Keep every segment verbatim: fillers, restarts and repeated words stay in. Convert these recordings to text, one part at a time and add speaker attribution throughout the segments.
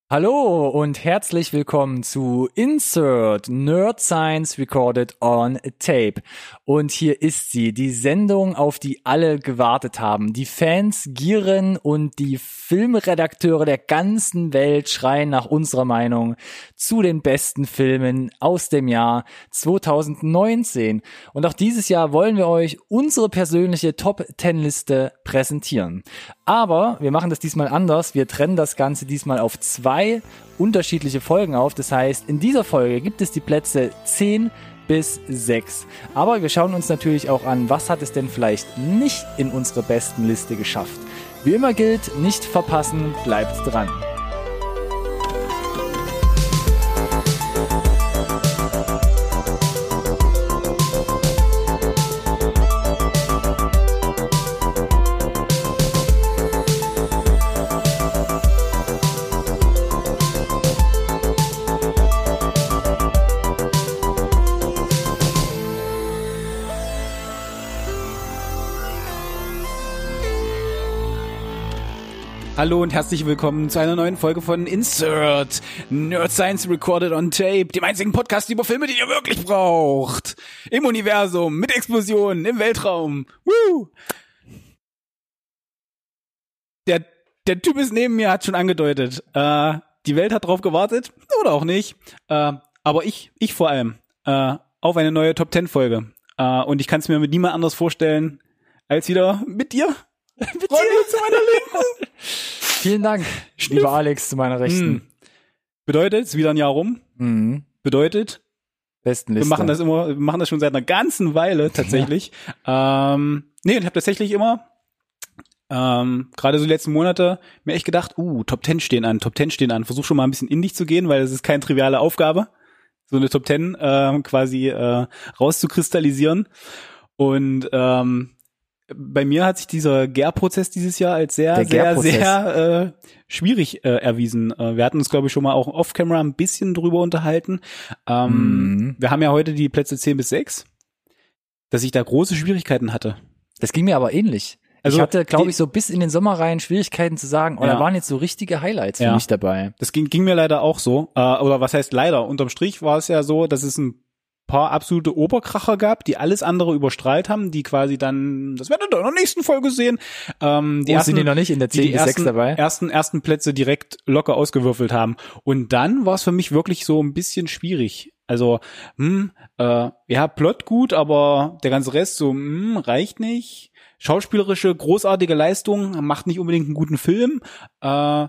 Speaker 1: Hallo und herzlich willkommen zu Insert Nerd Science Recorded on Tape. Und hier ist sie, die Sendung, auf die alle gewartet haben. Die Fans gieren und die Filmredakteure der ganzen Welt schreien nach unserer Meinung zu den besten Filmen aus dem Jahr zwanzig neunzehn. Und auch dieses Jahr wollen wir euch unsere persönliche Top zehn Liste präsentieren. Aber wir machen das diesmal anders. Wir trennen das Ganze diesmal auf zwei unterschiedliche Folgen auf. Das heißt, in dieser Folge gibt es die Plätze zehn bis sechs. Aber wir schauen uns natürlich auch an, was hat es denn vielleicht nicht in unsere besten Liste geschafft. Wie immer gilt, nicht verpassen, bleibt dran.
Speaker 2: Hallo und herzlich willkommen zu einer neuen Folge von Insert Nerd Science Recorded on Tape, dem einzigen Podcast über Filme, die ihr wirklich braucht. Im Universum, mit Explosionen, im Weltraum. Woo! Der, der Typ ist neben mir, hat schon angedeutet, äh, die Welt hat drauf gewartet, oder auch nicht, äh, aber ich, ich vor allem, äh, auf eine neue Top zehn Folge. Äh, und ich kann es mir mit niemand anders vorstellen, als wieder mit dir. Mit dir zu meiner Linken.
Speaker 1: Vielen Dank, lieber Alex, zu meiner Rechten.
Speaker 2: Mhm. Bedeutet, es ist wieder ein Jahr rum.
Speaker 1: Mhm.
Speaker 2: Bedeutet,
Speaker 1: besten Liste.
Speaker 2: Wir machen das immer, wir machen das schon seit einer ganzen Weile tatsächlich. Ja. Ähm, nee, ich habe tatsächlich immer, ähm, gerade so die letzten Monate, mir echt gedacht, uh, Top zehn stehen an, Top zehn stehen an. Versuch schon mal ein bisschen in dich zu gehen, weil das ist keine triviale Aufgabe, so eine Top zehn ähm, quasi äh, rauszukristallisieren. Und ähm, bei mir hat sich dieser Gärprozess dieses Jahr als sehr, sehr, sehr äh, schwierig äh, erwiesen. Äh, wir hatten uns, glaube ich, schon mal auch off-camera ein bisschen drüber unterhalten. Ähm, mhm. Wir haben ja heute die Plätze zehn bis sechs, dass ich da große Schwierigkeiten hatte.
Speaker 1: Das ging mir aber ähnlich. Also ich hatte, glaube ich, so bis in den Sommer rein Schwierigkeiten zu sagen, oh, ja. Da waren jetzt so richtige Highlights für ja. mich dabei.
Speaker 2: Das ging, ging mir leider auch so. Äh, oder was heißt leider? Unterm Strich war es ja so, dass es ein paar absolute Oberkracher gab, die alles andere überstrahlt haben, die quasi dann, das werdet ihr in der nächsten Folge sehen, ähm, die
Speaker 1: oh,
Speaker 2: ersten,
Speaker 1: sind die noch nicht in der zehn bis sechs dabei?
Speaker 2: ersten, ersten Plätze direkt locker ausgewürfelt haben. Und dann war es für mich wirklich so ein bisschen schwierig. Also, hm, äh, ja, Plot gut, aber der ganze Rest so, hm, reicht nicht. Schauspielerische, großartige Leistung, macht nicht unbedingt einen guten Film. Äh,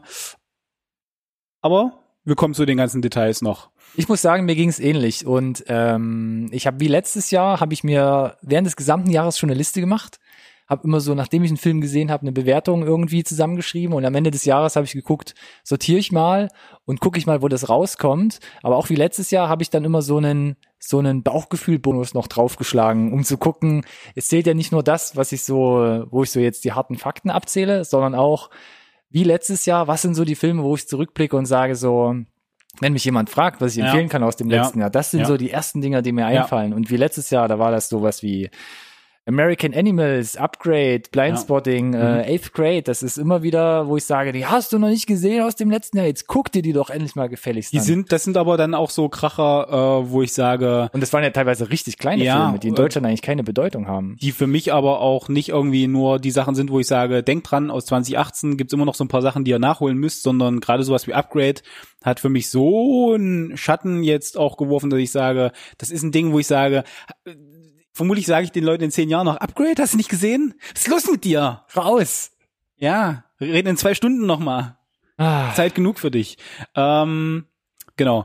Speaker 2: aber wir kommen zu den ganzen Details noch.
Speaker 1: Ich muss sagen, mir ging es ähnlich und ähm, ich habe wie letztes Jahr, habe ich mir während des gesamten Jahres schon eine Liste gemacht, habe immer so, nachdem ich einen Film gesehen habe, eine Bewertung irgendwie zusammengeschrieben und am Ende des Jahres habe ich geguckt, sortiere ich mal und gucke ich mal, wo das rauskommt, aber auch wie letztes Jahr habe ich dann immer so einen so einen Bauchgefühl-Bonus noch draufgeschlagen, um zu gucken, es zählt ja nicht nur das, was ich so, wo ich so jetzt die harten Fakten abzähle, sondern auch wie letztes Jahr, was sind so die Filme, wo ich zurückblicke und sage so, wenn mich jemand fragt, was ich empfehlen ja. kann aus dem letzten ja. Jahr, das sind ja. so die ersten Dinger, die mir einfallen. Ja. Und wie letztes Jahr, da war das sowas wie American Animals, Upgrade, Blindspotting, ja. äh, Eighth Grade, das ist immer wieder, wo ich sage, die hast du noch nicht gesehen aus dem letzten Jahr, jetzt guck dir die doch endlich mal gefälligst
Speaker 2: die
Speaker 1: an.
Speaker 2: Die sind, das sind aber dann auch so Kracher, äh, wo ich sage...
Speaker 1: Und das waren ja teilweise richtig kleine ja, Filme, die in Deutschland eigentlich keine Bedeutung haben.
Speaker 2: Die für mich aber auch nicht irgendwie nur die Sachen sind, wo ich sage, denkt dran, aus zwanzig achtzehn gibt's immer noch so ein paar Sachen, die ihr nachholen müsst, sondern gerade sowas wie Upgrade hat für mich so einen Schatten jetzt auch geworfen, dass ich sage, das ist ein Ding, wo ich sage... Vermutlich sage ich den Leuten in zehn Jahren noch, Upgrade, hast du nicht gesehen? Was ist los mit dir?
Speaker 1: Raus!
Speaker 2: Ja, wir reden in zwei Stunden nochmal. Ah. Zeit genug für dich. Ähm, genau.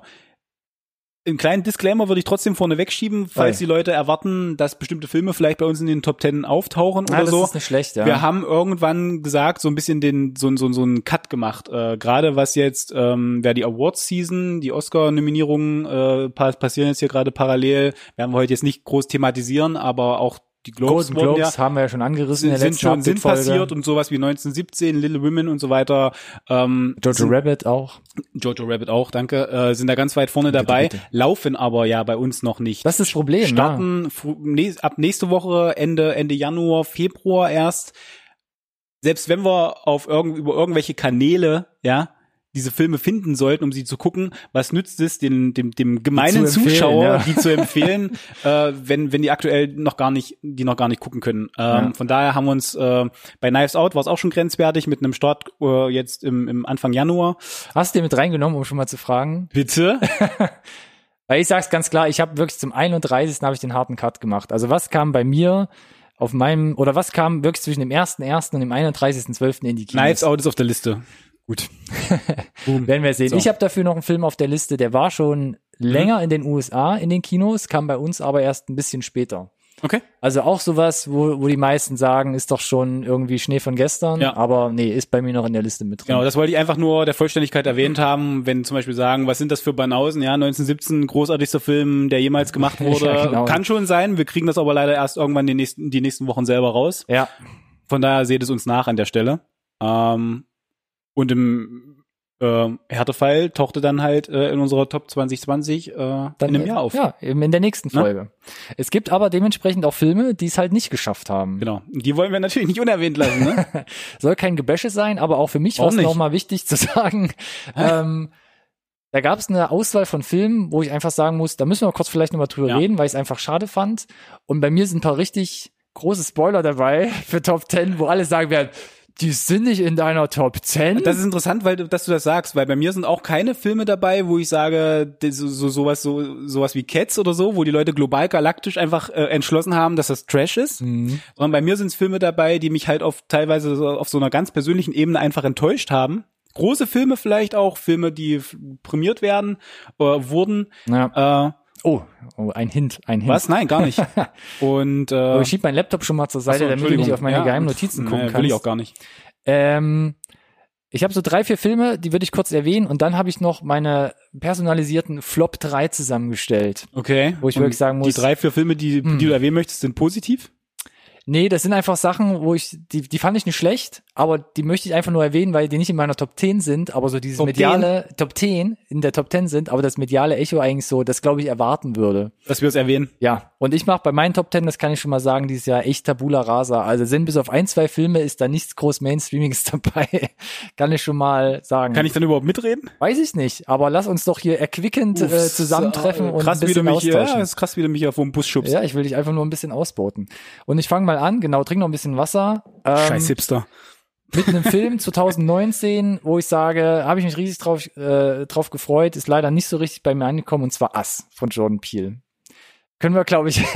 Speaker 2: Einen kleinen Disclaimer würde ich trotzdem vorne wegschieben, falls Hi. die Leute erwarten, dass bestimmte Filme vielleicht bei uns in den Top Ten auftauchen
Speaker 1: ah,
Speaker 2: oder
Speaker 1: das
Speaker 2: so.
Speaker 1: Das ist nicht schlecht, ja.
Speaker 2: Wir haben irgendwann gesagt, so ein bisschen den so, so, so einen Cut gemacht. Äh, gerade was jetzt, ähm, wer die Awards-Season, die Oscar-Nominierungen äh, passieren jetzt hier gerade parallel, werden wir heute jetzt nicht groß thematisieren, aber auch die Globes,
Speaker 1: Golden Globes ja, haben wir ja schon angerissen.
Speaker 2: Sind, in der sind schon sind passiert und sowas wie neunzehnhundertsiebzehn, Little Women und so weiter. Ähm,
Speaker 1: Jojo
Speaker 2: sind,
Speaker 1: Rabbit auch.
Speaker 2: Jojo Rabbit auch, danke. Äh, sind da ganz weit vorne bitte, dabei, bitte. Laufen aber ja bei uns noch nicht.
Speaker 1: Das ist das Problem.
Speaker 2: Starten
Speaker 1: ja.
Speaker 2: ne, ab nächste Woche, Ende Ende Januar, Februar erst. Selbst wenn wir auf irgend, über irgendwelche Kanäle, ja, diese Filme finden sollten, um sie zu gucken. Was nützt es den, dem, dem gemeinen
Speaker 1: zu
Speaker 2: Zuschauer,
Speaker 1: ja.
Speaker 2: die zu empfehlen, äh, wenn, wenn die aktuell noch gar nicht, die noch gar nicht gucken können. Ähm,
Speaker 1: Ja.
Speaker 2: Von daher haben wir uns, äh, bei Knives Out war es auch schon grenzwertig mit einem Start äh, jetzt im, im Anfang Januar.
Speaker 1: Hast du den mit reingenommen, um schon mal zu fragen?
Speaker 2: Bitte?
Speaker 1: Weil ich sag's ganz klar, ich habe wirklich zum einunddreißigsten habe ich den harten Cut gemacht. Also was kam bei mir auf meinem, oder was kam wirklich zwischen dem ersten ersten und dem einunddreißigsten zwölften in die Kinos?
Speaker 2: Knives Out ist auf der Liste.
Speaker 1: Gut. Werden wir sehen.
Speaker 2: So.
Speaker 1: Ich habe dafür noch einen Film auf der Liste, der war schon länger in den U S A in den Kinos, kam bei uns aber erst ein bisschen später.
Speaker 2: Okay.
Speaker 1: Also auch sowas, wo, wo die meisten sagen, ist doch schon irgendwie Schnee von gestern,
Speaker 2: Ja.
Speaker 1: aber nee, ist bei mir noch in der Liste mit drin.
Speaker 2: Genau, das wollte ich einfach nur der Vollständigkeit erwähnt haben, wenn zum Beispiel sagen, was sind das für Banausen, ja, neunzehnhundertsiebzehn, großartigster Film, der jemals gemacht wurde.
Speaker 1: Ja, genau.
Speaker 2: Kann schon sein, wir kriegen das aber leider erst irgendwann die nächsten, die nächsten Wochen selber raus.
Speaker 1: Ja.
Speaker 2: Von daher seht es uns nach an der Stelle. Ähm, und im äh, Härtefall tauchte dann halt äh, in unserer Top zwanzig zwanzig äh,
Speaker 1: Dann,
Speaker 2: in einem Jahr auf.
Speaker 1: Ja, eben in der nächsten
Speaker 2: Ne?
Speaker 1: Folge. Es gibt aber dementsprechend auch Filme, die es halt nicht geschafft haben.
Speaker 2: Genau. Die wollen wir natürlich nicht unerwähnt lassen, ne?
Speaker 1: Soll kein Gebäsche sein, aber auch für mich war es
Speaker 2: Warum nicht?
Speaker 1: nochmal wichtig zu sagen, ähm, da gab es eine Auswahl von Filmen, wo ich einfach sagen muss, da müssen wir kurz vielleicht nochmal drüber
Speaker 2: Ja.
Speaker 1: reden, weil ich es einfach schade fand. Und bei mir sind ein paar richtig große Spoiler dabei für Top zehn, wo alle sagen werden, die sind nicht in deiner Top zehn.
Speaker 2: Das ist interessant, weil du, dass du das sagst, weil bei mir sind auch keine Filme dabei, wo ich sage, das- so, so sowas so sowas wie Cats oder so, wo die Leute global galaktisch einfach äh, entschlossen haben, dass das Trash ist.
Speaker 1: Mhm.
Speaker 2: Sondern bei mir sind es Filme dabei, die mich halt auf teilweise so, auf so einer ganz persönlichen Ebene einfach enttäuscht haben. Große Filme vielleicht auch, Filme, die f- prämiert werden, äh, wurden.
Speaker 1: Ja.
Speaker 2: Äh,
Speaker 1: Oh, oh, ein Hint, ein Hint.
Speaker 2: was? Nein, gar nicht. Und äh,
Speaker 1: Aber ich schieb meinen Laptop schon mal zur Seite,
Speaker 2: ach so,
Speaker 1: damit du nicht
Speaker 2: Entschuldigung.
Speaker 1: auf meine
Speaker 2: Ja,
Speaker 1: geheimen Notizen
Speaker 2: nee,
Speaker 1: gucken
Speaker 2: will
Speaker 1: kannst.
Speaker 2: ich auch gar nicht.
Speaker 1: Ähm, ich habe so drei, vier Filme, die würde ich kurz erwähnen und dann habe ich noch meine personalisierten Flop drei zusammengestellt.
Speaker 2: Okay.
Speaker 1: Wo ich
Speaker 2: Und
Speaker 1: wirklich sagen muss-
Speaker 2: die drei, vier Filme, die,
Speaker 1: Hm.
Speaker 2: die du erwähnen möchtest, sind positiv?
Speaker 1: Nee, das sind einfach Sachen, wo ich, die, die fand ich nicht schlecht, aber die möchte ich einfach nur erwähnen, weil die nicht in meiner Top zehn sind, aber so dieses
Speaker 2: Top
Speaker 1: mediale, Top zehn in der Top zehn sind, aber das mediale Echo eigentlich so, das glaube ich erwarten würde.
Speaker 2: Dass wir es erwähnen.
Speaker 1: Ja, und ich mache bei meinen Top zehn, das kann ich schon mal sagen, dieses Jahr echt Tabula Rasa. Also sind bis auf ein, zwei Filme ist da nichts groß Mainstreamiges dabei. Kann ich schon mal sagen.
Speaker 2: Kann ich dann überhaupt mitreden?
Speaker 1: Weiß ich nicht, aber lass uns doch hier erquickend äh,
Speaker 2: Uff,
Speaker 1: zusammentreffen
Speaker 2: so,
Speaker 1: und
Speaker 2: krass,
Speaker 1: ein
Speaker 2: wie du
Speaker 1: bisschen
Speaker 2: mich hier,
Speaker 1: austauschen.
Speaker 2: ja, ist krass, wie du mich auf den Bus schubst.
Speaker 1: Ja, ich will dich einfach nur ein bisschen ausboten. Und ich fange mal an, genau, trink noch ein bisschen Wasser. Ähm,
Speaker 2: Scheiß Hipster.
Speaker 1: mit einem Film zwanzig neunzehn, wo ich sage, habe ich mich riesig drauf, äh, drauf gefreut, ist leider nicht so richtig bei mir angekommen, und zwar Us von Jordan Peele. Können wir, glaube ich,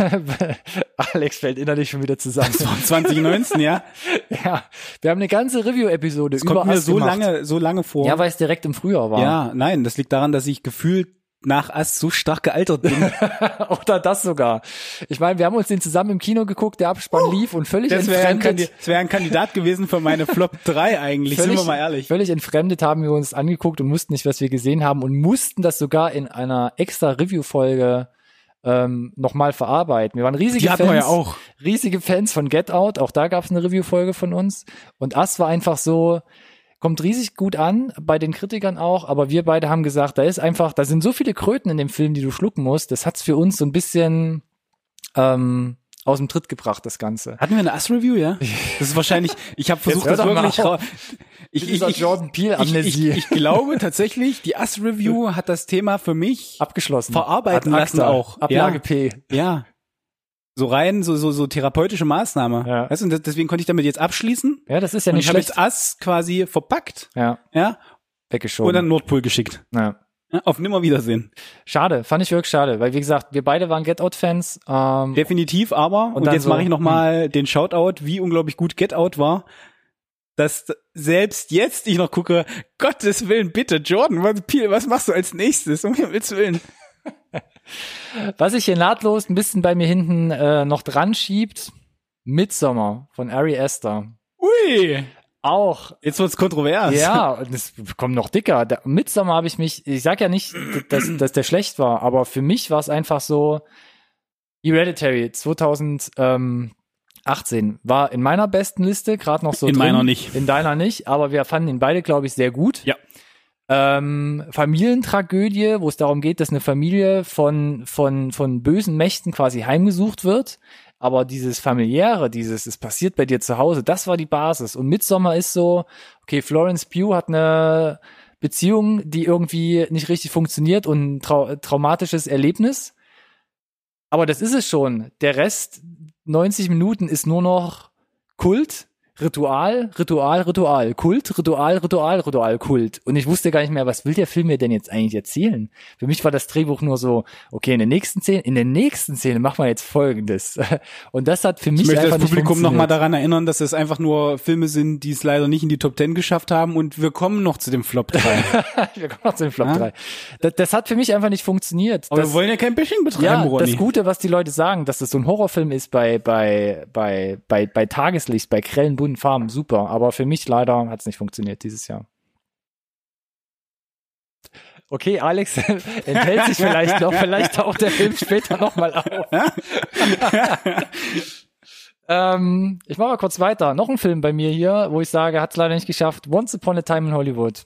Speaker 1: Alex fällt innerlich schon wieder zusammen.
Speaker 2: zwanzig neunzehn, ja.
Speaker 1: Ja, wir haben eine ganze Review-Episode
Speaker 2: Das
Speaker 1: über
Speaker 2: kommt mir
Speaker 1: Us
Speaker 2: so
Speaker 1: gemacht.
Speaker 2: lange, so lange vor.
Speaker 1: Ja, weil es direkt im Frühjahr war.
Speaker 2: Ja, nein, das liegt daran, dass ich gefühlt nach Ast so stark gealtert bin.
Speaker 1: Oder das sogar. Ich meine, wir haben uns den zusammen im Kino geguckt, der Abspann lief und völlig
Speaker 2: Das wäre ein,
Speaker 1: entfremdet.
Speaker 2: Kandi- das wär ein Kandidat gewesen für meine Flop drei eigentlich, sind wir mal ehrlich.
Speaker 1: Völlig entfremdet haben wir uns angeguckt und wussten nicht, was wir gesehen haben und mussten das sogar in einer extra Review-Folge ähm, nochmal verarbeiten. Wir waren riesige
Speaker 2: Die hatten
Speaker 1: Fans,
Speaker 2: wir ja auch.
Speaker 1: riesige Fans von Get Out, auch da gab es eine Review-Folge von uns. Und Us war einfach so, kommt riesig gut an, bei den Kritikern auch, aber wir beide haben gesagt, da ist einfach, da sind so viele Kröten in dem Film, die du schlucken musst, das hat's für uns so ein bisschen ähm, aus dem Tritt gebracht, das Ganze.
Speaker 2: Hatten wir eine Us-Review, ja? Das ist wahrscheinlich, ich habe versucht,
Speaker 1: hör
Speaker 2: das
Speaker 1: doch mal
Speaker 2: wirklich
Speaker 1: auf.
Speaker 2: raus. Ich, ich,
Speaker 1: Dieser
Speaker 2: ich,
Speaker 1: Jordan Peele
Speaker 2: ich, ich,
Speaker 1: Amnesie.
Speaker 2: ich glaube tatsächlich, die Us-Review hat das Thema für mich
Speaker 1: Abgeschlossen.
Speaker 2: verarbeiten
Speaker 1: Ad
Speaker 2: lassen
Speaker 1: acta.
Speaker 2: auch.
Speaker 1: Ablage
Speaker 2: Ja.
Speaker 1: P.
Speaker 2: Ja. So rein, so, so, so therapeutische Maßnahme.
Speaker 1: Ja.
Speaker 2: Weißt du, und das- deswegen konnte ich damit jetzt abschließen.
Speaker 1: Ja, das ist ja
Speaker 2: Und
Speaker 1: nicht
Speaker 2: ich habe
Speaker 1: schlecht.
Speaker 2: jetzt Us quasi verpackt,
Speaker 1: Ja,
Speaker 2: ja,
Speaker 1: weggeschoben.
Speaker 2: und dann Nordpol geschickt.
Speaker 1: ja.
Speaker 2: Ja, auf Nimmerwiedersehen.
Speaker 1: Schade, fand ich wirklich schade, weil wie gesagt, wir beide waren Get Out Fans. Ähm,
Speaker 2: Definitiv, aber, und,
Speaker 1: dann
Speaker 2: jetzt
Speaker 1: so,
Speaker 2: mache ich nochmal den Shoutout, wie unglaublich gut Get Out war, dass selbst jetzt ich noch gucke, Gottes Willen, bitte, Jordan, was, Piel, was machst du als nächstes? Um Himmels Willen.
Speaker 1: was sich hier nahtlos ein bisschen bei mir hinten äh, noch dran schiebt, Midsommar von Ari Aster.
Speaker 2: Ui,
Speaker 1: Auch.
Speaker 2: jetzt wird's kontrovers.
Speaker 1: Ja, und es kommt noch dicker. Der Midsommar habe ich mich, ich sag ja nicht, dass, dass der schlecht war, aber für mich war es einfach so, Hereditary zwanzig achtzehn war in meiner besten Liste, gerade noch so
Speaker 2: In
Speaker 1: drin.
Speaker 2: meiner nicht.
Speaker 1: In deiner nicht, aber wir fanden ihn beide, glaube ich, sehr gut.
Speaker 2: Ja.
Speaker 1: Ähm, Familientragödie, wo es darum geht, dass eine Familie von, von, von bösen Mächten quasi heimgesucht wird. Aber dieses familiäre, dieses, es passiert bei dir zu Hause, das war die Basis. Und Midsommar ist so, okay, Florence Pugh hat eine Beziehung, die irgendwie nicht richtig funktioniert und ein trau- traumatisches Erlebnis. Aber das ist es schon. Der Rest, neunzig Minuten, ist nur noch Kult, Ritual, Ritual, Ritual, Kult, Ritual, Ritual, Ritual, Kult. Und ich wusste gar nicht mehr, was will der Film mir denn jetzt eigentlich erzählen? Für mich war das Drehbuch nur so, okay, in der nächsten Szene, in der nächsten Szene machen wir jetzt Folgendes. Und das hat für mich
Speaker 2: Ich möchte
Speaker 1: einfach
Speaker 2: das
Speaker 1: nicht
Speaker 2: Publikum
Speaker 1: funktioniert.
Speaker 2: nochmal daran erinnern, dass es einfach nur Filme sind, die es leider nicht in die Top Ten geschafft haben und wir kommen noch zu dem Flop drei.
Speaker 1: Wir kommen noch zu den Flop
Speaker 2: Ja?
Speaker 1: drei. Das, das hat für mich einfach nicht funktioniert.
Speaker 2: Aber
Speaker 1: das,
Speaker 2: wir wollen ja kein Bashing betreiben,
Speaker 1: ja,
Speaker 2: Ronny.
Speaker 1: das Gute, was die Leute sagen, dass das so ein Horrorfilm ist bei, bei, bei, bei, bei Tageslicht, bei grellen, bunten Farben, super. Aber für mich leider hat es nicht funktioniert dieses Jahr. Okay, Alex enthält sich vielleicht noch, vielleicht taucht der Film später nochmal auf. ähm, ich mache mal kurz weiter. Noch ein Film bei mir hier, wo ich sage, hat es leider nicht geschafft. Once Upon a Time in Hollywood.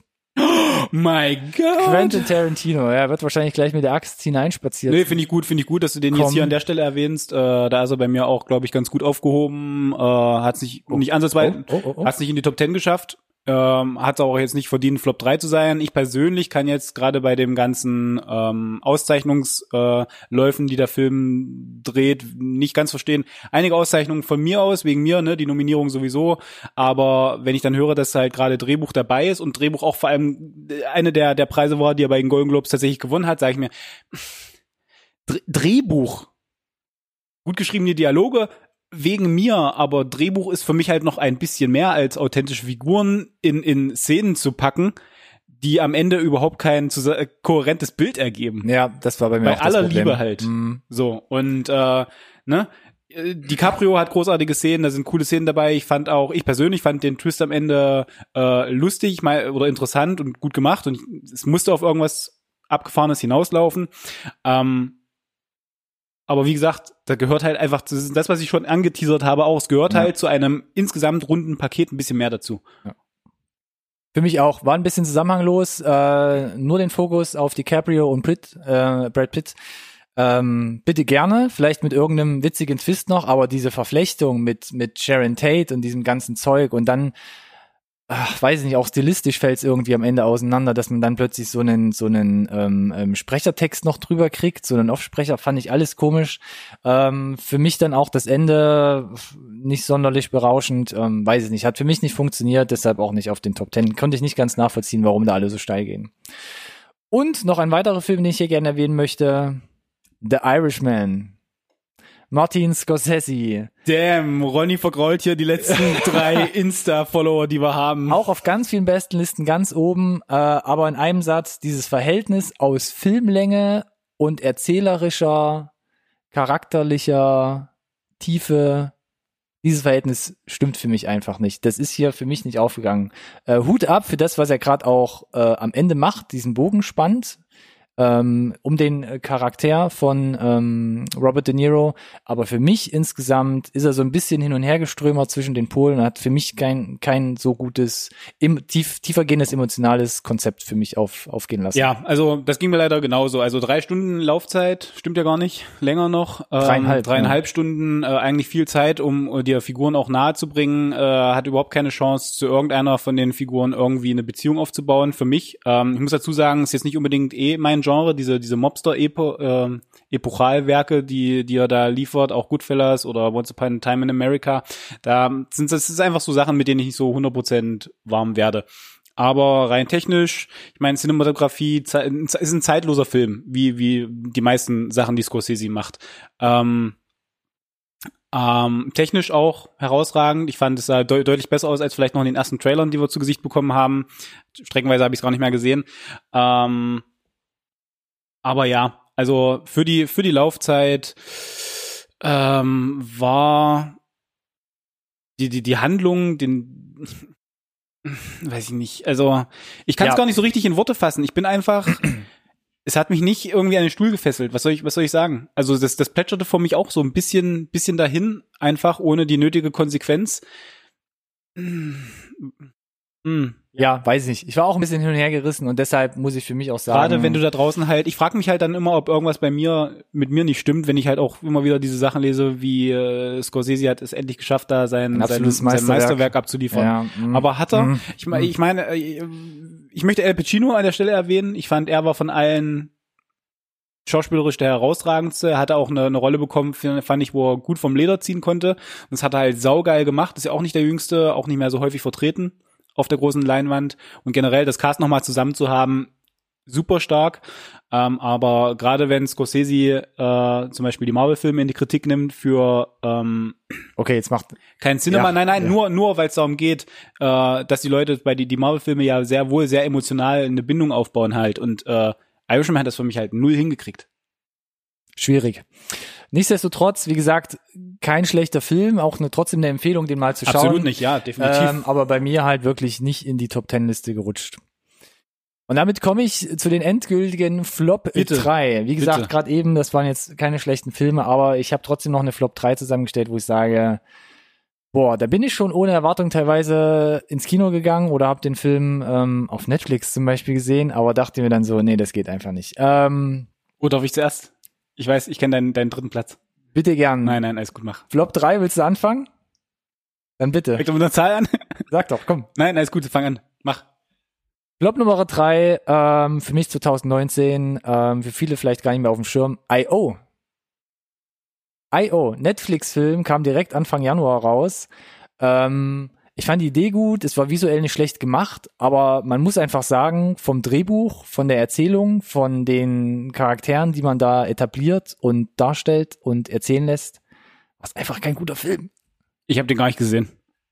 Speaker 2: My God.
Speaker 1: Quentin Tarantino, er wird wahrscheinlich gleich mit der Axt hineinspaziert.
Speaker 2: Nee, finde ich gut, finde ich gut, dass du den
Speaker 1: Komm.
Speaker 2: jetzt hier an der Stelle erwähnst. Äh, da ist er bei mir auch, glaube ich, ganz gut aufgehoben. Äh, hat es nicht, nicht ansatzweise,
Speaker 1: Oh, oh, oh, oh.
Speaker 2: hat es nicht in die Top Ten geschafft. Ähm, hat auch jetzt nicht verdient, Flop drei zu sein. Ich persönlich kann jetzt gerade bei dem ganzen ähm, Auszeichnungsläufen, äh, Läufen, die der Film dreht, nicht ganz verstehen. Einige Auszeichnungen von mir aus, wegen mir, ne, die Nominierung sowieso. Aber wenn ich dann höre, dass halt gerade Drehbuch dabei ist und Drehbuch auch vor allem eine der der Preise war, die er bei den Golden Globes tatsächlich gewonnen hat, sage ich mir, Dr- Drehbuch, gut geschriebene Dialoge, wegen mir, aber Drehbuch ist für mich halt noch ein bisschen mehr als authentische Figuren in in Szenen zu packen, die am Ende überhaupt kein zus- kohärentes Bild ergeben.
Speaker 1: Ja, das war bei mir
Speaker 2: Bei
Speaker 1: auch das
Speaker 2: aller
Speaker 1: Problem.
Speaker 2: Liebe halt.
Speaker 1: Mm.
Speaker 2: So, und äh, ne, DiCaprio hat großartige Szenen, da sind coole Szenen dabei. Ich fand auch, ich persönlich fand den Twist am Ende äh, lustig mal oder interessant und gut gemacht und ich, es musste auf irgendwas Abgefahrenes hinauslaufen. Ähm, Aber wie gesagt, da gehört halt einfach, das ist das, was ich schon angeteasert habe, auch. Es gehört
Speaker 1: Ja.
Speaker 2: halt zu einem insgesamt runden Paket ein bisschen mehr dazu.
Speaker 1: Für mich auch. War ein bisschen zusammenhanglos. Äh, nur den Fokus auf DiCaprio und Pitt, äh, Brad Pitt. Ähm, bitte gerne, vielleicht mit irgendeinem witzigen Twist noch, aber diese Verflechtung mit mit Sharon Tate und diesem ganzen Zeug und dann, ach, weiß ich nicht, auch stilistisch fällt es irgendwie am Ende auseinander, dass man dann plötzlich so einen so einen ähm, ähm, Sprechertext noch drüber kriegt, so einen Offsprecher, fand ich alles komisch. Ähm, für mich dann auch das Ende nicht sonderlich berauschend, ähm, weiß ich nicht, hat für mich nicht funktioniert, deshalb auch nicht auf den Top Ten. Konnte ich nicht ganz nachvollziehen, warum da alle so steil gehen. Und noch ein weiterer Film, den ich hier gerne erwähnen möchte, The Irishman. Martin Scorsese.
Speaker 2: Damn, Ronny vergrault hier die letzten drei Insta-Follower, die wir haben.
Speaker 1: Auch auf ganz vielen Bestenlisten ganz oben, äh, aber in einem Satz dieses Verhältnis aus Filmlänge und erzählerischer, charakterlicher Tiefe, dieses Verhältnis stimmt für mich einfach nicht. Das ist hier für mich nicht aufgegangen. Äh, Hut ab für das, was er gerade auch äh, am Ende macht, diesen Bogen spannt, ähm, um den äh, Charakter von ähm, Robert De Niro. Aber für mich insgesamt ist er so ein bisschen hin und her geströmert zwischen den Polen und hat für mich kein kein so gutes, im, tief, tiefergehendes emotionales Konzept für mich auf, aufgehen lassen.
Speaker 2: Ja, also das ging mir leider genauso. Also drei Stunden Laufzeit, stimmt ja gar nicht, länger noch. Ähm,
Speaker 1: Dreieinhalb,
Speaker 2: Dreieinhalb Stunden, äh, eigentlich viel Zeit, um äh, die Figuren auch nahe zu bringen. Äh, hat überhaupt keine Chance, zu irgendeiner von den Figuren irgendwie eine Beziehung aufzubauen. Für mich, ähm, ich muss dazu sagen, ist jetzt nicht unbedingt eh mein Genre, diese diese Mobster-Epo, äh, Epochalwerke, die die er da liefert, auch Goodfellas oder Once Upon a Time in America. Da sind das ist einfach so Sachen, mit denen ich nicht so hundert Prozent warm werde. Aber rein technisch, ich meine, Cinematografie ist ein zeitloser Film, wie wie die meisten Sachen, die Scorsese macht. Ähm, ähm, technisch auch herausragend. Ich fand es sah de- deutlich besser aus als vielleicht noch in den ersten Trailern, die wir zu Gesicht bekommen haben. Streckenweise habe ich es gar nicht mehr gesehen. Ähm, aber ja, also für die für die Laufzeit ähm, war die die die Handlung, den weiß ich nicht. Also ich kann es
Speaker 1: Ja.
Speaker 2: gar nicht so richtig in Worte fassen. Ich bin einfach, es hat mich nicht irgendwie an den Stuhl gefesselt. Was soll ich was soll ich sagen? Also das das plätscherte vor mich auch so ein bisschen bisschen dahin, einfach ohne die nötige Konsequenz. Hm.
Speaker 1: Ja, weiß ich nicht. Ich war auch ein bisschen hin und her gerissen und deshalb muss ich für mich auch sagen.
Speaker 2: Gerade wenn du da draußen halt, ich frage mich halt dann immer, ob irgendwas bei mir, mit mir nicht stimmt, wenn ich halt auch immer wieder diese Sachen lese, wie äh, Scorsese hat es endlich geschafft, da sein,
Speaker 1: Ein
Speaker 2: sein,
Speaker 1: absolutes
Speaker 2: sein
Speaker 1: Meisterwerk.
Speaker 2: Meisterwerk abzuliefern.
Speaker 1: Ja, mm,
Speaker 2: Aber hat er,
Speaker 1: mm,
Speaker 2: ich meine, ich meine, äh, ich möchte Al Pacino an der Stelle erwähnen. Ich fand, er war von allen schauspielerisch der herausragendste. Er hatte auch eine, eine Rolle bekommen, fand ich, wo er gut vom Leder ziehen konnte. Und das hat er halt saugeil gemacht. Ist ja auch nicht der Jüngste, auch nicht mehr so häufig vertreten auf der großen Leinwand. Und generell das Cast nochmal zusammen zu haben, super stark. Ähm, aber gerade wenn Scorsese äh, zum Beispiel die Marvel-Filme in die Kritik nimmt für ähm,
Speaker 1: okay, jetzt macht
Speaker 2: kein Cinema,
Speaker 1: ja,
Speaker 2: nein, nein,
Speaker 1: ja.
Speaker 2: nur nur weil es darum geht, äh, dass die Leute bei die, die Marvel-Filme ja sehr wohl sehr emotional eine Bindung aufbauen halt. Und äh, Irishman hat das für mich halt null hingekriegt.
Speaker 1: Schwierig. Nichtsdestotrotz, wie gesagt, kein schlechter Film, auch eine, trotzdem eine Empfehlung, den mal zu schauen.
Speaker 2: Absolut nicht, ja, definitiv.
Speaker 1: Ähm, aber bei mir halt wirklich nicht in die Top-Ten-Liste gerutscht. Und damit komme ich zu den endgültigen Flop
Speaker 2: Bitte.
Speaker 1: drei. Wie gesagt,
Speaker 2: Bitte.
Speaker 1: gerade eben, das waren jetzt keine schlechten Filme, aber ich habe trotzdem noch eine Flop drei zusammengestellt, wo ich sage, boah, da bin ich schon ohne Erwartung teilweise ins Kino gegangen oder habe den Film ähm, auf Netflix zum Beispiel gesehen, aber dachte mir dann so, nee, das geht einfach nicht. Ähm,
Speaker 2: Oder darf ich zuerst? Ich weiß, ich kenne deinen, deinen dritten Platz.
Speaker 1: bitte gern.
Speaker 2: Nein, nein, alles gut, mach.
Speaker 1: Flop drei, willst du anfangen? Dann bitte.
Speaker 2: Fängt doch mit einer Zahl an?
Speaker 1: Sag doch, komm.
Speaker 2: Nein, alles gut, fang an. Mach.
Speaker 1: Flop Nummer drei, ähm, für mich zwanzig neunzehn, ähm, für viele vielleicht gar nicht mehr auf dem Schirm, I O I O, Netflix-Film, kam direkt Anfang Januar raus. Ähm, ich fand die Idee gut, es war visuell nicht schlecht gemacht, aber man muss einfach sagen, vom Drehbuch, von der Erzählung, von den Charakteren, die man da etabliert und darstellt und erzählen lässt, war es einfach kein guter Film.
Speaker 2: Ich habe den gar nicht gesehen.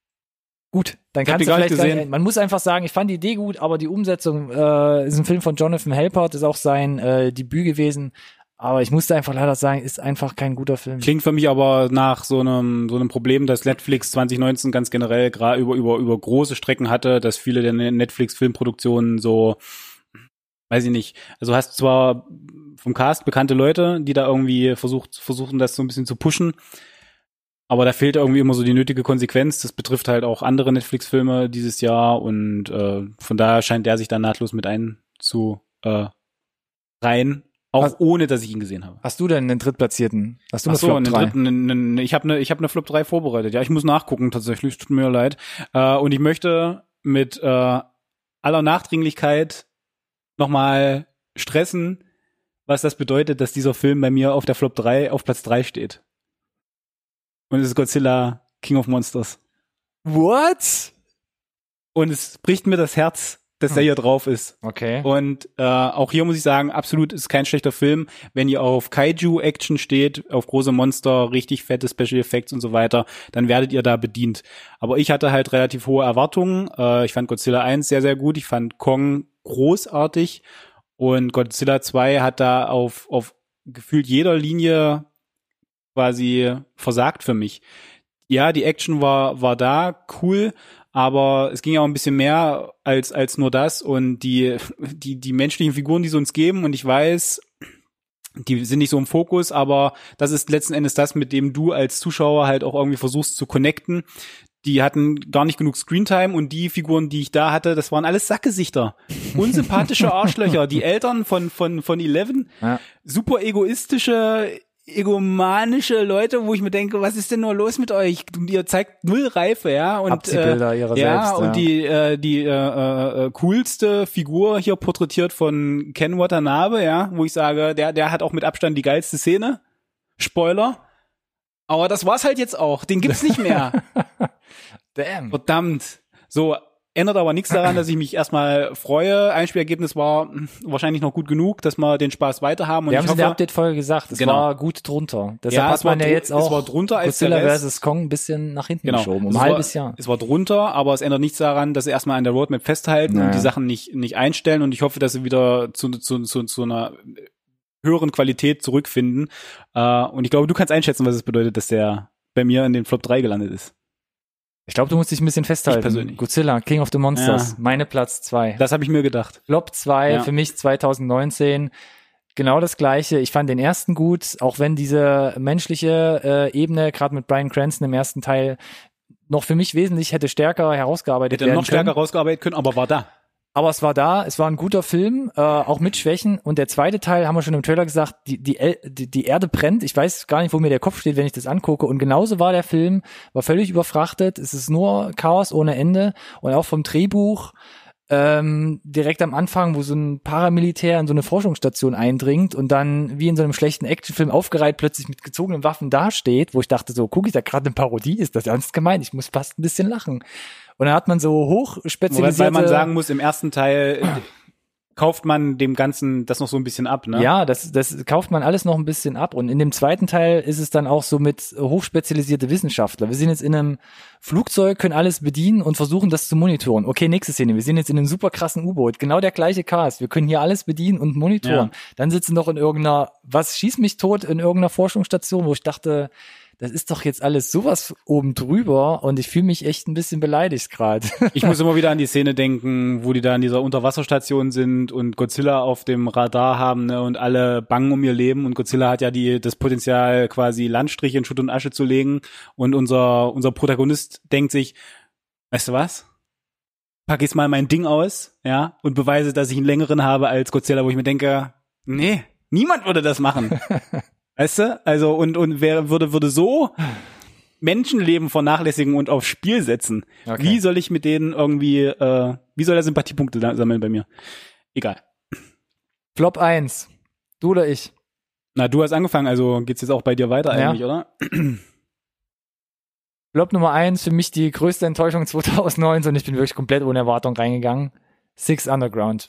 Speaker 1: Gut, dann
Speaker 2: Ich hab
Speaker 1: kannst
Speaker 2: die
Speaker 1: du
Speaker 2: gar
Speaker 1: vielleicht
Speaker 2: nicht
Speaker 1: gar
Speaker 2: gesehen.
Speaker 1: nicht, man muss einfach sagen, ich fand die Idee gut, aber die Umsetzung äh, ist ein Film von Jonathan Helpert, ist auch sein äh, Debüt gewesen, aber ich musste einfach leider sagen, ist einfach kein guter Film.
Speaker 2: Klingt für mich aber nach so einem so einem Problem, dass Netflix zwanzig neunzehn ganz generell gerade über über über große Strecken hatte, dass viele der Netflix-Filmproduktionen so, weiß ich nicht, also hast zwar vom Cast bekannte Leute, die da irgendwie versucht versuchen, das so ein bisschen zu pushen, aber da fehlt irgendwie immer so die nötige Konsequenz. Das betrifft halt auch andere Netflix-Filme dieses Jahr und äh, von daher scheint der sich da nahtlos mit einzu äh, rein. Auch
Speaker 1: Was?
Speaker 2: ohne, dass ich ihn gesehen habe.
Speaker 1: Hast du denn einen Drittplatzierten? Hast du
Speaker 2: Ach
Speaker 1: eine
Speaker 2: so,
Speaker 1: Flop
Speaker 2: einen
Speaker 1: drei?
Speaker 2: dritten, einen, einen, ich habe eine ich habe eine Flop drei vorbereitet. Ja, ich muss nachgucken tatsächlich, tut mir leid. Äh, und ich möchte mit äh, aller Nachdringlichkeit nochmal stressen, was das bedeutet, dass dieser Film bei mir auf der Flop drei auf Platz drei steht. Und es ist Godzilla King of Monsters.
Speaker 1: What?
Speaker 2: Und es bricht mir das Herz, dass der hier drauf ist.
Speaker 1: Okay.
Speaker 2: Und äh, auch hier muss ich sagen, absolut ist kein schlechter Film. Wenn ihr auf Kaiju-Action steht, auf große Monster, richtig fette Special Effects und so weiter, dann werdet ihr da bedient. Aber ich hatte halt relativ hohe Erwartungen. Äh, ich fand Godzilla eins sehr, sehr gut. Ich fand Kong großartig. Und Godzilla zwei hat da auf, auf gefühlt jeder Linie quasi versagt für mich. Ja, die Action war war da, cool, aber es ging ja auch ein bisschen mehr als als nur das und die die die menschlichen Figuren, die sie uns geben und ich weiß, die sind nicht so im Fokus, aber das ist letzten Endes das, mit dem du als Zuschauer halt auch irgendwie versuchst zu connecten. Die hatten gar nicht genug Screentime und die Figuren, die ich da hatte, das waren alles Sackgesichter. Unsympathische Arschlöcher. Die Eltern von von von Eleven,
Speaker 1: Ja.
Speaker 2: super egoistische, egomanische Leute, wo ich mir denke, was ist denn nur los mit euch? Ihr zeigt null Reife, ja, und
Speaker 1: Abziehbilder
Speaker 2: äh,
Speaker 1: ihrer
Speaker 2: ja,
Speaker 1: selbst,
Speaker 2: und
Speaker 1: ja.
Speaker 2: die äh, die äh, äh, coolste Figur hier porträtiert von Ken Watanabe, ja, wo ich sage, der der hat auch mit Abstand die geilste Szene. Spoiler. Aber das war's halt jetzt auch. Den gibt's nicht mehr.
Speaker 1: Damn.
Speaker 2: Verdammt. So, ändert aber nichts daran, dass ich mich erstmal freue. Einspielergebnis war mh, wahrscheinlich noch gut genug, dass wir den Spaß weiterhaben. Und
Speaker 1: Wir
Speaker 2: ich
Speaker 1: haben es in der
Speaker 2: hoffe,
Speaker 1: Update-Folge gesagt, es
Speaker 2: Genau.
Speaker 1: war gut drunter. Deshalb
Speaker 2: Ja,
Speaker 1: hat
Speaker 2: es war
Speaker 1: man ja
Speaker 2: dru-
Speaker 1: jetzt auch
Speaker 2: es war drunter als
Speaker 1: Godzilla
Speaker 2: der Rest.
Speaker 1: versus. Kong ein bisschen nach hinten
Speaker 2: Genau.
Speaker 1: geschoben, um
Speaker 2: Es
Speaker 1: ein
Speaker 2: war-
Speaker 1: halbes Jahr.
Speaker 2: Es war drunter, aber es ändert nichts daran, dass sie erstmal an der Roadmap festhalten
Speaker 1: Naja.
Speaker 2: und die Sachen nicht nicht einstellen. Und ich hoffe, dass sie wieder zu, zu, zu, zu einer höheren Qualität zurückfinden. Äh, und ich glaube, du kannst einschätzen, was es bedeutet, dass der bei mir in den Flop drei gelandet ist.
Speaker 1: Ich glaube, du musst dich ein bisschen festhalten.
Speaker 2: Ich persönlich.
Speaker 1: Godzilla, King of the Monsters,
Speaker 2: Ja.
Speaker 1: meine Platz zwei.
Speaker 2: Das habe ich mir gedacht.
Speaker 1: Flop zwei
Speaker 2: Ja.
Speaker 1: für mich zwanzig neunzehn. Genau das Gleiche. Ich fand den ersten gut, auch wenn diese menschliche äh, Ebene, gerade mit Bryan Cranston im ersten Teil, noch für mich wesentlich hätte stärker herausgearbeitet
Speaker 2: Hätte
Speaker 1: werden
Speaker 2: noch stärker
Speaker 1: können.
Speaker 2: rausgearbeitet können, aber war da.
Speaker 1: Aber es war da, es war ein guter Film, äh, auch mit Schwächen. Und der zweite Teil, haben wir schon im Trailer gesagt, die, die, El- die, die Erde brennt. Ich weiß gar nicht, wo mir der Kopf steht, wenn ich das angucke. Und genauso war der Film, war völlig überfrachtet. Es ist nur Chaos ohne Ende. Und auch vom Drehbuch ähm, direkt am Anfang, wo so ein Paramilitär in so eine Forschungsstation eindringt und dann wie in so einem schlechten Actionfilm aufgereiht plötzlich mit gezogenen Waffen dasteht, wo ich dachte so, gucke ich da gerade eine Parodie? Ist das ernst gemeint? Ich muss fast ein bisschen lachen. Und dann hat man so hochspezialisierte...
Speaker 2: Weil man sagen muss, im ersten Teil kauft man dem Ganzen das noch so ein bisschen ab, ne?
Speaker 1: Ja, das, das kauft man alles noch ein bisschen ab. Und in dem zweiten Teil ist es dann auch so mit hochspezialisierte Wissenschaftler. Wir sind jetzt in einem Flugzeug, können alles bedienen und versuchen, das zu monitoren. Okay, nächste Szene. Wir sind jetzt in einem super krassen U-Boot. Genau der gleiche Cast. Wir können hier alles bedienen und monitoren. Ja. Dann sitzen noch in irgendeiner, was schießt mich tot, in irgendeiner Forschungsstation, wo ich dachte, das ist doch jetzt alles sowas oben drüber und ich fühle mich echt ein bisschen beleidigt gerade.
Speaker 2: Ich muss immer wieder an die Szene denken, wo die da in dieser Unterwasserstation sind und Godzilla auf dem Radar haben, ne, und alle bangen um ihr Leben und Godzilla hat ja die das Potenzial, quasi Landstriche in Schutt und Asche zu legen und unser unser Protagonist denkt sich, weißt du was? Pack jetzt mal mein Ding aus, ja, und beweise, dass ich einen längeren habe als Godzilla, wo ich mir denke, nee, niemand würde das machen. Weißt du? Also, und, und wer würde, würde so Menschenleben vernachlässigen und aufs Spiel setzen? Okay. Wie soll ich mit denen irgendwie, äh, wie soll er Sympathiepunkte sammeln bei mir? Egal.
Speaker 1: Flop eins. Du oder ich?
Speaker 2: Na, du hast angefangen, also geht's jetzt auch bei dir weiter eigentlich, ja. Oder?
Speaker 1: Flop Nummer eins, für mich die größte Enttäuschung zwanzig neunzehn und ich bin wirklich komplett ohne Erwartung reingegangen. Six Underground.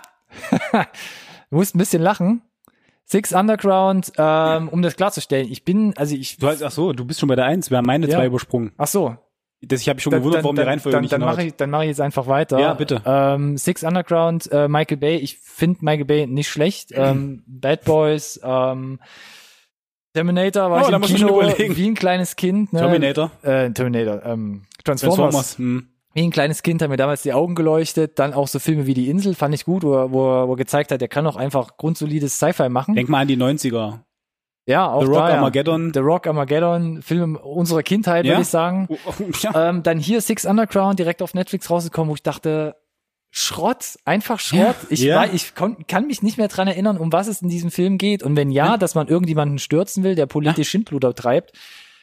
Speaker 1: Du musst ein bisschen lachen. Six Underground, ähm, um das klarzustellen, ich bin, also ich...
Speaker 2: Du hast, ach so, du bist schon bei der Eins, wir haben meine ja. zwei übersprungen.
Speaker 1: Ach so.
Speaker 2: Das, ich habe mich schon dann, gewundert,
Speaker 1: dann,
Speaker 2: warum
Speaker 1: dann,
Speaker 2: der Reihenfolge
Speaker 1: dann,
Speaker 2: nicht
Speaker 1: dann mache ich, Dann mache ich jetzt einfach weiter.
Speaker 2: Ja, bitte.
Speaker 1: Ähm, Six Underground, äh, Michael Bay, ich finde Michael Bay nicht schlecht. ähm, Bad Boys, ähm, Terminator war
Speaker 2: oh,
Speaker 1: ich im Kino wie ein kleines Kind. Ne?
Speaker 2: Terminator.
Speaker 1: Äh, Terminator, ähm, Transformers. Transformers. Hm. Wie ein kleines Kind hat mir damals die Augen geleuchtet. Dann auch so Filme wie Die Insel fand ich gut, wo er, wo er, wo er gezeigt hat, er kann auch einfach grundsolides Sci-Fi machen.
Speaker 2: Denk mal an die neunziger.
Speaker 1: Ja, auch
Speaker 2: The Rock,
Speaker 1: da, ja.
Speaker 2: Armageddon.
Speaker 1: The Rock, Armageddon, Film unserer Kindheit,
Speaker 2: ja?
Speaker 1: würde ich sagen.
Speaker 2: Oh, oh, ja.
Speaker 1: ähm, dann hier Six Underground, direkt auf Netflix rausgekommen, wo ich dachte, Schrott, einfach Schrott. Ich,
Speaker 2: ja.
Speaker 1: war, ich kon, kann mich nicht mehr dran erinnern, um was es in diesem Film geht. Und wenn ja, ja. dass man irgendjemanden stürzen will, der politisch ja. Schindluder treibt.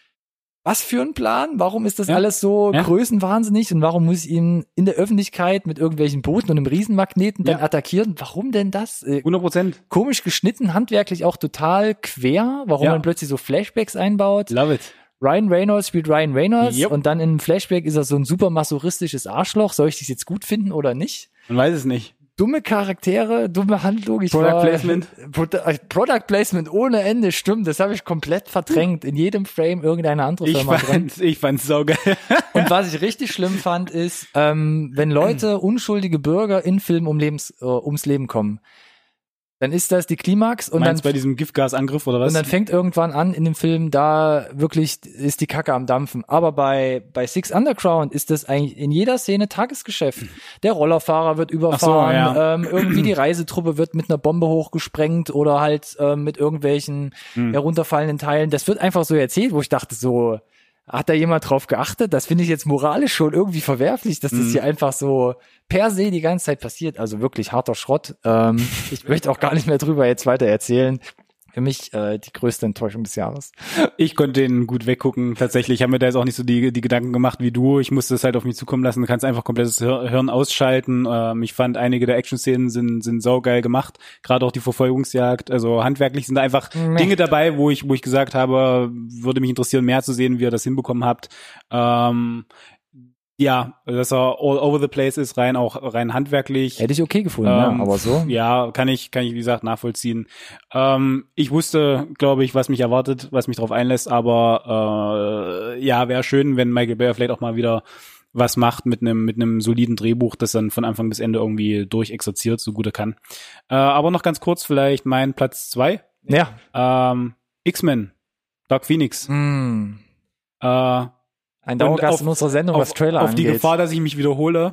Speaker 1: Was für ein Plan? Warum ist das ja. alles so ja. größenwahnsinnig? Und warum muss ich ihn in der Öffentlichkeit mit irgendwelchen Booten und einem Riesenmagneten dann ja. attackieren? Warum denn das?
Speaker 2: hundert Prozent.
Speaker 1: Komisch geschnitten, handwerklich auch total quer. Warum ja. man plötzlich so Flashbacks einbaut.
Speaker 2: Love it.
Speaker 1: Ryan Reynolds spielt Ryan Reynolds
Speaker 2: yep.
Speaker 1: und dann in einem Flashback ist er so ein super masochistisches Arschloch. Soll ich das jetzt gut finden oder nicht?
Speaker 2: Man weiß es nicht.
Speaker 1: Dumme Charaktere, dumme Handlung. Ich
Speaker 2: Product
Speaker 1: war,
Speaker 2: Placement.
Speaker 1: Pro- Product Placement ohne Ende, stimmt. Das habe ich komplett verdrängt. In jedem Frame irgendeine andere Firma
Speaker 2: ich fand's, drin. Ich fand's saugeil.
Speaker 1: Und was ich richtig schlimm fand, ist, ähm, wenn Leute, unschuldige Bürger in Filmen um Lebens, äh, ums Leben kommen, dann ist das die Klimax und
Speaker 2: Meinst
Speaker 1: dann
Speaker 2: bei diesem Giftgasangriff oder was?
Speaker 1: Und dann fängt irgendwann an in dem Film, da wirklich ist die Kacke am Dampfen. Aber bei bei Six Underground ist das eigentlich in jeder Szene Tagesgeschäft. Der Rollerfahrer wird überfahren,
Speaker 2: Ach so, ja.
Speaker 1: ähm, irgendwie die Reisetruppe wird mit einer Bombe hochgesprengt oder halt ähm, mit irgendwelchen hm. herunterfallenden Teilen. Das wird einfach so erzählt, wo ich dachte so, hat da jemand drauf geachtet? Das finde ich jetzt moralisch schon irgendwie verwerflich, dass das hier einfach so per se die ganze Zeit passiert. Also wirklich harter Schrott. Ähm, ich möchte auch gar nicht mehr drüber jetzt weiter erzählen. Für mich äh, die größte Enttäuschung des Jahres.
Speaker 2: Ich konnte den gut weggucken. Tatsächlich ich habe mir da jetzt auch nicht so die die Gedanken gemacht wie du. Ich musste es halt auf mich zukommen lassen. Du kannst einfach komplettes Hirn ausschalten. Ähm, ich fand, einige der Action-Szenen sind sind saugeil gemacht. Gerade auch die Verfolgungsjagd. Also handwerklich sind da einfach nee. Dinge dabei, wo ich wo ich gesagt habe, würde mich interessieren, mehr zu sehen, wie ihr das hinbekommen habt. Ähm, Ja, dass er all over the place ist, rein auch rein handwerklich.
Speaker 1: Hätte ich okay gefunden,
Speaker 2: ähm,
Speaker 1: ja, aber so.
Speaker 2: Ja, kann ich, kann ich, wie gesagt, nachvollziehen. Ähm, ich wusste, glaube ich, was mich erwartet, was mich darauf einlässt, aber äh, ja, wäre schön, wenn Michael Bay vielleicht auch mal wieder was macht mit einem mit einem soliden Drehbuch, das dann von Anfang bis Ende irgendwie durchexerziert, so gut er kann. Äh, aber noch ganz kurz vielleicht mein Platz zwei.
Speaker 1: Ja.
Speaker 2: Ähm, X-Men, Dark Phoenix.
Speaker 1: Mm.
Speaker 2: Äh,
Speaker 1: Ein Dauergast in unserer Sendung,
Speaker 2: auf,
Speaker 1: was Trailer
Speaker 2: auf
Speaker 1: angeht.
Speaker 2: Die Gefahr, dass ich mich wiederhole.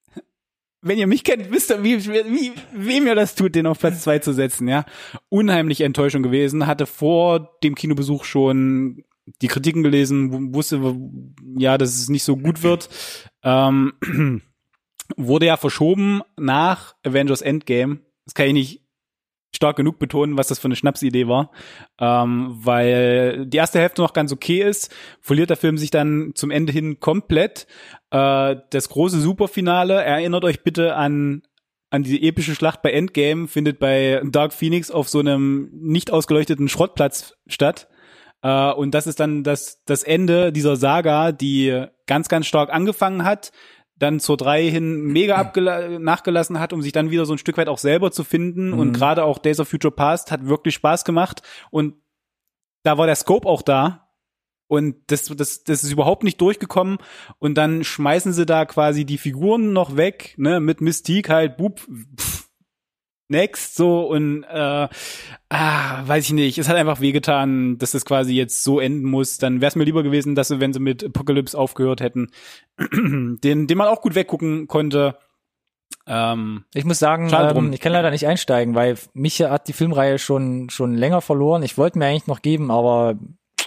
Speaker 2: Wenn ihr mich kennt, wisst ihr, wie, wie, wem ihr das tut, den auf Platz zwei zu setzen, ja. Unheimliche Enttäuschung gewesen. Hatte vor dem Kinobesuch schon die Kritiken gelesen, wusste, ja, dass es nicht so gut wird. Ähm, wurde ja verschoben nach Avengers Endgame. Das kann ich nicht stark genug betonen, was das für eine Schnapsidee war, ähm, weil die erste Hälfte noch ganz okay ist, verliert der Film sich dann zum Ende hin komplett. Äh, das große Superfinale, erinnert euch bitte an an diese epische Schlacht bei Endgame, findet bei Dark Phoenix auf so einem nicht ausgeleuchteten Schrottplatz statt. Uh, und das ist dann das, das Ende dieser Saga, die ganz, ganz stark angefangen hat, dann zur drei hin mega abgela- nachgelassen hat, um sich dann wieder so ein Stück weit auch selber zu finden. Mhm. Und gerade auch Days of Future Past hat wirklich Spaß gemacht. Und da war der Scope auch da. Und das, das, das ist überhaupt nicht durchgekommen. Und dann schmeißen sie da quasi die Figuren noch weg, ne, mit Mystique halt, bup, pff, next, so, und äh, ah, weiß ich nicht, es hat einfach wehgetan, dass das quasi jetzt so enden muss. Dann wäre es mir lieber gewesen, dass sie, wenn sie mit Apocalypse aufgehört hätten, den, den man auch gut weggucken konnte. Ähm,
Speaker 1: ich muss sagen, ähm, ich kann leider nicht einsteigen, weil mich hat die Filmreihe schon schon länger verloren. Ich wollte mir eigentlich noch geben, aber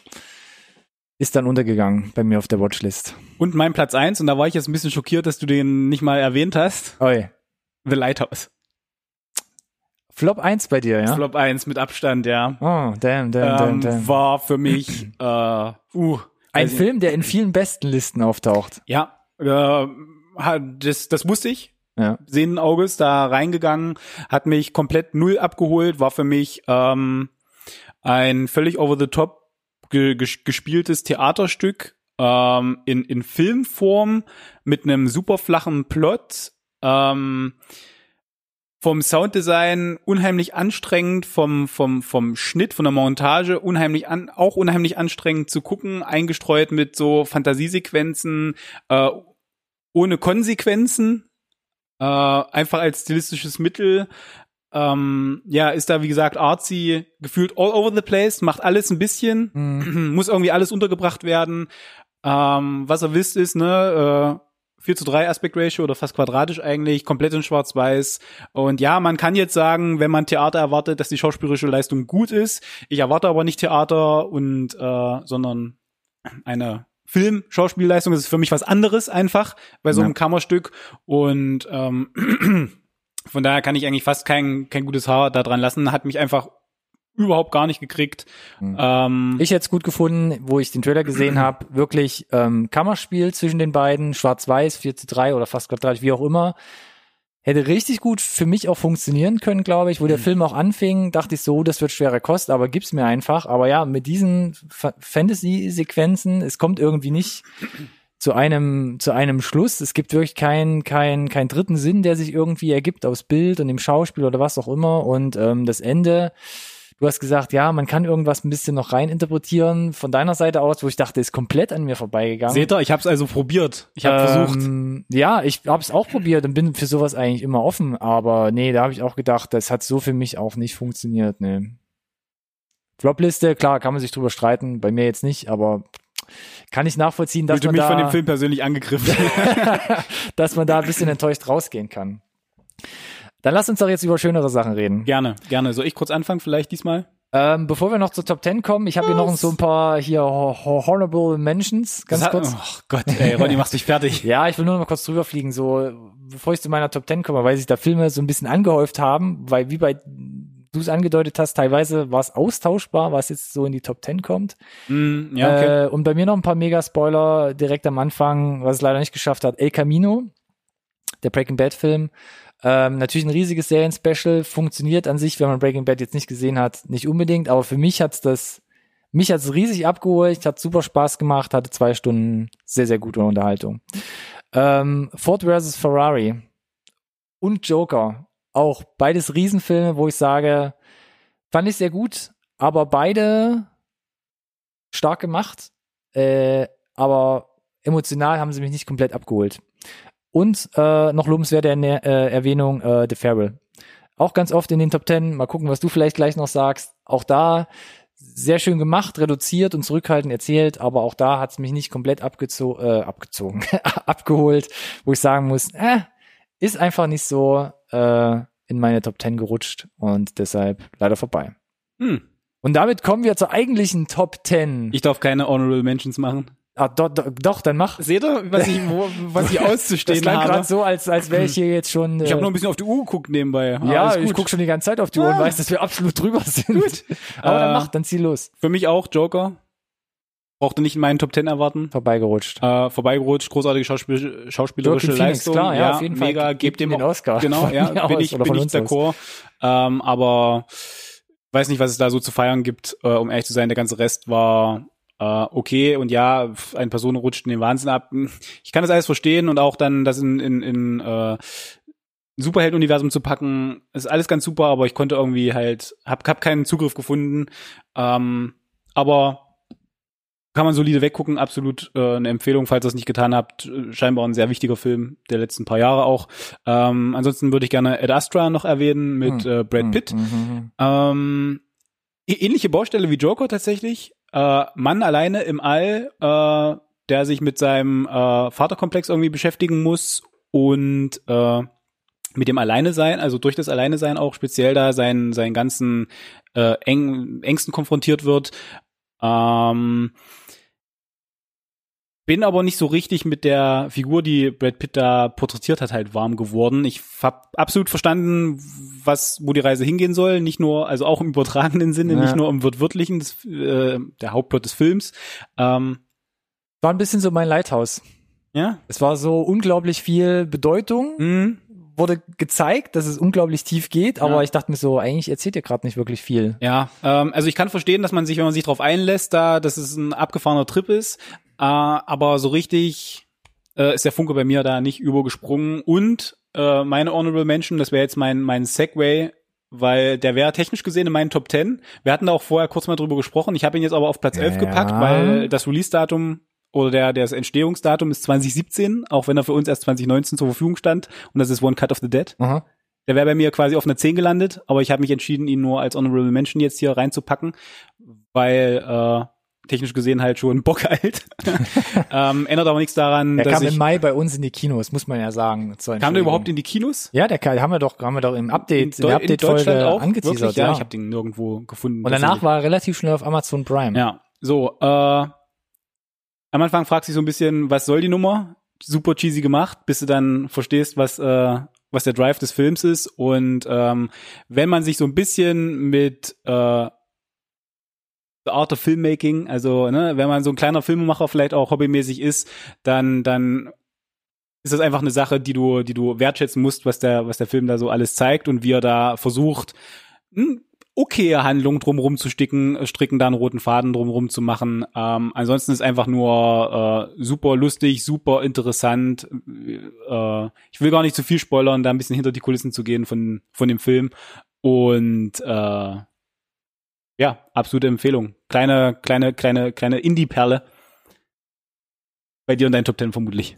Speaker 1: ist dann untergegangen bei mir auf der Watchlist.
Speaker 2: Und mein Platz eins, und da war ich jetzt ein bisschen schockiert, dass du den nicht mal erwähnt hast.
Speaker 1: Oi.
Speaker 2: The Lighthouse.
Speaker 1: Flop eins bei dir, ja?
Speaker 2: Flop eins mit Abstand, ja.
Speaker 1: Oh, damn, damn, damn,
Speaker 2: ähm,
Speaker 1: damn.
Speaker 2: War für mich äh, uh,
Speaker 1: ein Film, der in vielen besten Listen auftaucht.
Speaker 2: Ja, äh, das, das wusste ich.
Speaker 1: Ja.
Speaker 2: Sehenden Auges da reingegangen, hat mich komplett null abgeholt, war für mich ähm, ein völlig over the top ge- ges- gespieltes Theaterstück ähm, in, in Filmform mit einem super flachen Plot. Ähm, Vom Sounddesign unheimlich anstrengend, vom vom vom Schnitt, von der Montage unheimlich an, auch unheimlich anstrengend zu gucken, eingestreut mit so Fantasiesequenzen, äh, ohne Konsequenzen, äh, einfach als stilistisches Mittel. Ähm, ja, ist da wie gesagt artsy, gefühlt all over the place, macht alles ein bisschen, mhm. muss irgendwie alles untergebracht werden. Ähm, was ihr wisst ist, ne, äh, vier zu drei Aspect Ratio oder fast quadratisch eigentlich, komplett in Schwarz-Weiß. Und ja, man kann jetzt sagen, wenn man Theater erwartet, dass die schauspielerische Leistung gut ist. Ich erwarte aber nicht Theater und äh, sondern eine Film-Schauspielleistung. Das ist für mich was anderes einfach bei so einem ja. Kammerstück. Und ähm, von daher kann ich eigentlich fast kein kein gutes Haar da dran lassen. Hat mich einfach überhaupt gar nicht gekriegt.
Speaker 1: Mhm. Ähm, ich hätte es gut gefunden, wo ich den Trailer gesehen habe, wirklich ähm, Kammerspiel zwischen den beiden, schwarz-weiß, vier zu drei oder fast quadratisch, wie auch immer. Hätte richtig gut für mich auch funktionieren können, glaube ich. Wo der mhm. Film auch anfing, dachte ich so, das wird schwere Kost, aber gib's mir einfach. Aber ja, mit diesen F- Fantasy-Sequenzen, es kommt irgendwie nicht zu einem zu einem Schluss. Es gibt wirklich keinen kein, kein dritten Sinn, der sich irgendwie ergibt aus Bild und dem Schauspiel oder was auch immer. Und ähm, das Ende, du hast gesagt, ja, man kann irgendwas ein bisschen noch rein interpretieren von deiner Seite aus, wo ich dachte, ist komplett an mir vorbeigegangen.
Speaker 2: Seht ihr, ich habe es also probiert. Ich habe ähm, versucht.
Speaker 1: Ja, ich habe es auch probiert und bin für sowas eigentlich immer offen. Aber nee, da habe ich auch gedacht, das hat so für mich auch nicht funktioniert. Nee. Flopliste, klar, kann man sich drüber streiten. Bei mir jetzt nicht, aber kann ich nachvollziehen, dass man
Speaker 2: mich
Speaker 1: da
Speaker 2: von dem Film persönlich angegriffen,
Speaker 1: dass man da ein bisschen enttäuscht rausgehen kann. Dann lass uns doch jetzt über schönere Sachen reden.
Speaker 2: Gerne, gerne. Soll ich kurz anfangen vielleicht diesmal?
Speaker 1: Ähm, bevor wir noch zur Top Ten kommen, ich habe hier noch so ein paar hier Honorable Mentions, ganz
Speaker 2: hat,
Speaker 1: kurz.
Speaker 2: Oh Gott, ey, Ronny, machst dich fertig.
Speaker 1: Ja, ich will nur noch mal kurz drüber fliegen, so bevor ich zu meiner Top Ten komme, weil sich da Filme so ein bisschen angehäuft haben, weil wie bei du es angedeutet hast, teilweise war es austauschbar, was jetzt so in die Top Ten kommt.
Speaker 2: Mm, ja, okay.
Speaker 1: Äh, und bei mir noch ein paar Mega-Spoiler direkt am Anfang, was es leider nicht geschafft hat. El Camino, der Breaking Bad-Film. Ähm, natürlich ein riesiges Serien-Special, funktioniert an sich, wenn man Breaking Bad jetzt nicht gesehen hat, nicht unbedingt, aber für mich hat's das, mich hat's riesig abgeholt, hat super Spaß gemacht, hatte zwei Stunden sehr, sehr gute Unterhaltung. Ähm, Ford versus Ferrari und Joker, auch beides Riesenfilme, wo ich sage, fand ich sehr gut, aber beide stark gemacht, äh, aber emotional haben sie mich nicht komplett abgeholt. Und äh, noch lobenswerte er- äh, Erwähnung, äh, The Farewell. Auch ganz oft in den Top Ten. Mal gucken, was du vielleicht gleich noch sagst. Auch da sehr schön gemacht, reduziert und zurückhaltend erzählt, aber auch da hat es mich nicht komplett abgezo- äh, abgezogen, abgeholt, wo ich sagen muss, äh, ist einfach nicht so äh, in meine Top Ten gerutscht und deshalb leider vorbei.
Speaker 2: Hm.
Speaker 1: Und damit kommen wir zur eigentlichen Top Ten.
Speaker 2: Ich darf keine Honorable Mentions machen.
Speaker 1: Ah, doch, doch, doch, dann mach.
Speaker 2: Seht ihr, was ich, wo, was ich auszustehen
Speaker 1: das klang
Speaker 2: habe?
Speaker 1: gerade so, als, als wäre ich hier jetzt schon. Äh,
Speaker 2: ich habe nur ein bisschen auf die Uhr geguckt nebenbei.
Speaker 1: Ja,
Speaker 2: Alles
Speaker 1: ich
Speaker 2: gut.
Speaker 1: guck schon die ganze Zeit auf die Uhr
Speaker 2: Ah.
Speaker 1: und weiß, dass wir absolut drüber sind. Gut. Aber
Speaker 2: Äh,
Speaker 1: dann mach, dann zieh los.
Speaker 2: Für mich auch Joker. Brauchte nicht in meinen Top Ten erwarten.
Speaker 1: Vorbeigerutscht.
Speaker 2: Äh, vorbeigerutscht, großartige Schauspiel schauspielerische
Speaker 1: Joaquin Phoenix,
Speaker 2: Leistung.
Speaker 1: klar, ja, auf jeden Fall.
Speaker 2: Mega,
Speaker 1: Gebt
Speaker 2: gebt
Speaker 1: ihm
Speaker 2: dem
Speaker 1: den Oscar.
Speaker 2: Genau,
Speaker 1: Von
Speaker 2: ja,
Speaker 1: mir
Speaker 2: bin
Speaker 1: aus
Speaker 2: ich,
Speaker 1: oder
Speaker 2: bin
Speaker 1: von
Speaker 2: ich
Speaker 1: uns aus.
Speaker 2: d'accord. Ähm, aber weiß nicht, was es da so zu feiern gibt, äh, um ehrlich zu sein. Der ganze Rest war äh, okay und ja, eine Person rutscht in den Wahnsinn ab. Ich kann das alles verstehen und auch dann das in, in, in äh, Superhelden-Universum zu packen, ist alles ganz super, aber ich konnte irgendwie halt, hab, hab keinen Zugriff gefunden. Ähm, aber kann man solide weggucken, absolut äh, eine Empfehlung, falls ihr es nicht getan habt. Scheinbar ein sehr wichtiger Film der letzten paar Jahre auch. Ähm, ansonsten würde ich gerne Ad Astra noch erwähnen mit
Speaker 1: Hm.
Speaker 2: äh, Brad Pitt.
Speaker 1: Hm, hm, hm.
Speaker 2: Ähm, ä- ähnliche Baustelle wie Joker tatsächlich. Äh, Mann alleine im All, äh, der sich mit seinem äh, Vaterkomplex irgendwie beschäftigen muss und äh, mit dem Alleine-Sein, also durch das Alleine-Sein auch speziell da seinen, seinen ganzen äh, Eng, Ängsten konfrontiert wird. Ähm, bin aber nicht so richtig mit der Figur, die Brad Pitt da porträtiert hat, halt warm geworden. Ich hab absolut verstanden, was, wo die Reise hingehen soll. Nicht nur, also auch im übertragenen Sinne,
Speaker 1: Ja.
Speaker 2: nicht nur im wörtlichen, des, äh, der Hauptplot des Films. Ähm,
Speaker 1: War ein bisschen so mein Lighthouse.
Speaker 2: ja.
Speaker 1: Es war so unglaublich viel Bedeutung,
Speaker 2: Mhm.
Speaker 1: wurde gezeigt, dass es unglaublich tief geht, aber
Speaker 2: Ja.
Speaker 1: ich dachte mir so, eigentlich erzählt ihr gerade nicht wirklich viel.
Speaker 2: Ja, ähm, also ich kann verstehen, dass man sich, wenn man sich drauf einlässt, da, dass es ein abgefahrener Trip ist, äh, aber so richtig äh, ist der Funke bei mir da nicht übergesprungen. Und äh, meine Honorable Mention, das wäre jetzt mein mein Segway, weil der wäre technisch gesehen in meinen Top Ten. Wir hatten da auch vorher kurz mal drüber gesprochen. Ich habe ihn jetzt aber auf Platz elf
Speaker 1: Ja.
Speaker 2: gepackt, weil das Release-Datum oder der das Entstehungsdatum ist zwanzig siebzehn, auch wenn er für uns erst zwanzig neunzehn zur Verfügung stand. Und das ist One Cut of the Dead.
Speaker 1: Aha.
Speaker 2: Der wäre bei mir quasi auf einer zehn gelandet, aber ich habe mich entschieden, ihn nur als Honorable Mention jetzt hier reinzupacken, weil äh, technisch gesehen halt schon bockalt. ähm, ändert aber nichts daran,
Speaker 1: Der
Speaker 2: dass
Speaker 1: kam
Speaker 2: ich...
Speaker 1: im Mai bei uns in die Kinos, muss man ja sagen. zur
Speaker 2: Kam der überhaupt
Speaker 1: Entschuldigung.
Speaker 2: in die Kinos?
Speaker 1: Ja, der kam, haben wir doch, haben wir doch im Update, in,
Speaker 2: Deu-
Speaker 1: der Update-Folge
Speaker 2: Deutschland auch?
Speaker 1: angeteasert.
Speaker 2: Wirklich? Ja,
Speaker 1: ja.
Speaker 2: ich habe den nirgendwo gefunden.
Speaker 1: Und danach war er relativ schnell auf Amazon Prime.
Speaker 2: Ja, so, äh, am Anfang fragst du dich so ein bisschen, was soll die Nummer? Super cheesy gemacht, bis du dann verstehst, was äh, was der Drive des Films ist. Und ähm, wenn man sich so ein bisschen mit äh, The Art of Filmmaking, also ne, wenn man so ein kleiner Filmemacher vielleicht auch hobbymäßig ist, dann dann ist das einfach eine Sache, die du die du wertschätzen musst, was der was der Film da so alles zeigt und wie er da versucht, hm, okay Handlung drumherum zu sticken, stricken, da einen roten Faden drumherum zu machen. Ähm, ansonsten ist einfach nur äh, super lustig, super interessant. Äh, ich will gar nicht zu viel spoilern, da ein bisschen hinter die Kulissen zu gehen von von dem Film. Und äh, ja, absolute Empfehlung. Kleine, kleine, kleine, kleine Indie-Perle. Bei dir und deinen Top Ten vermutlich.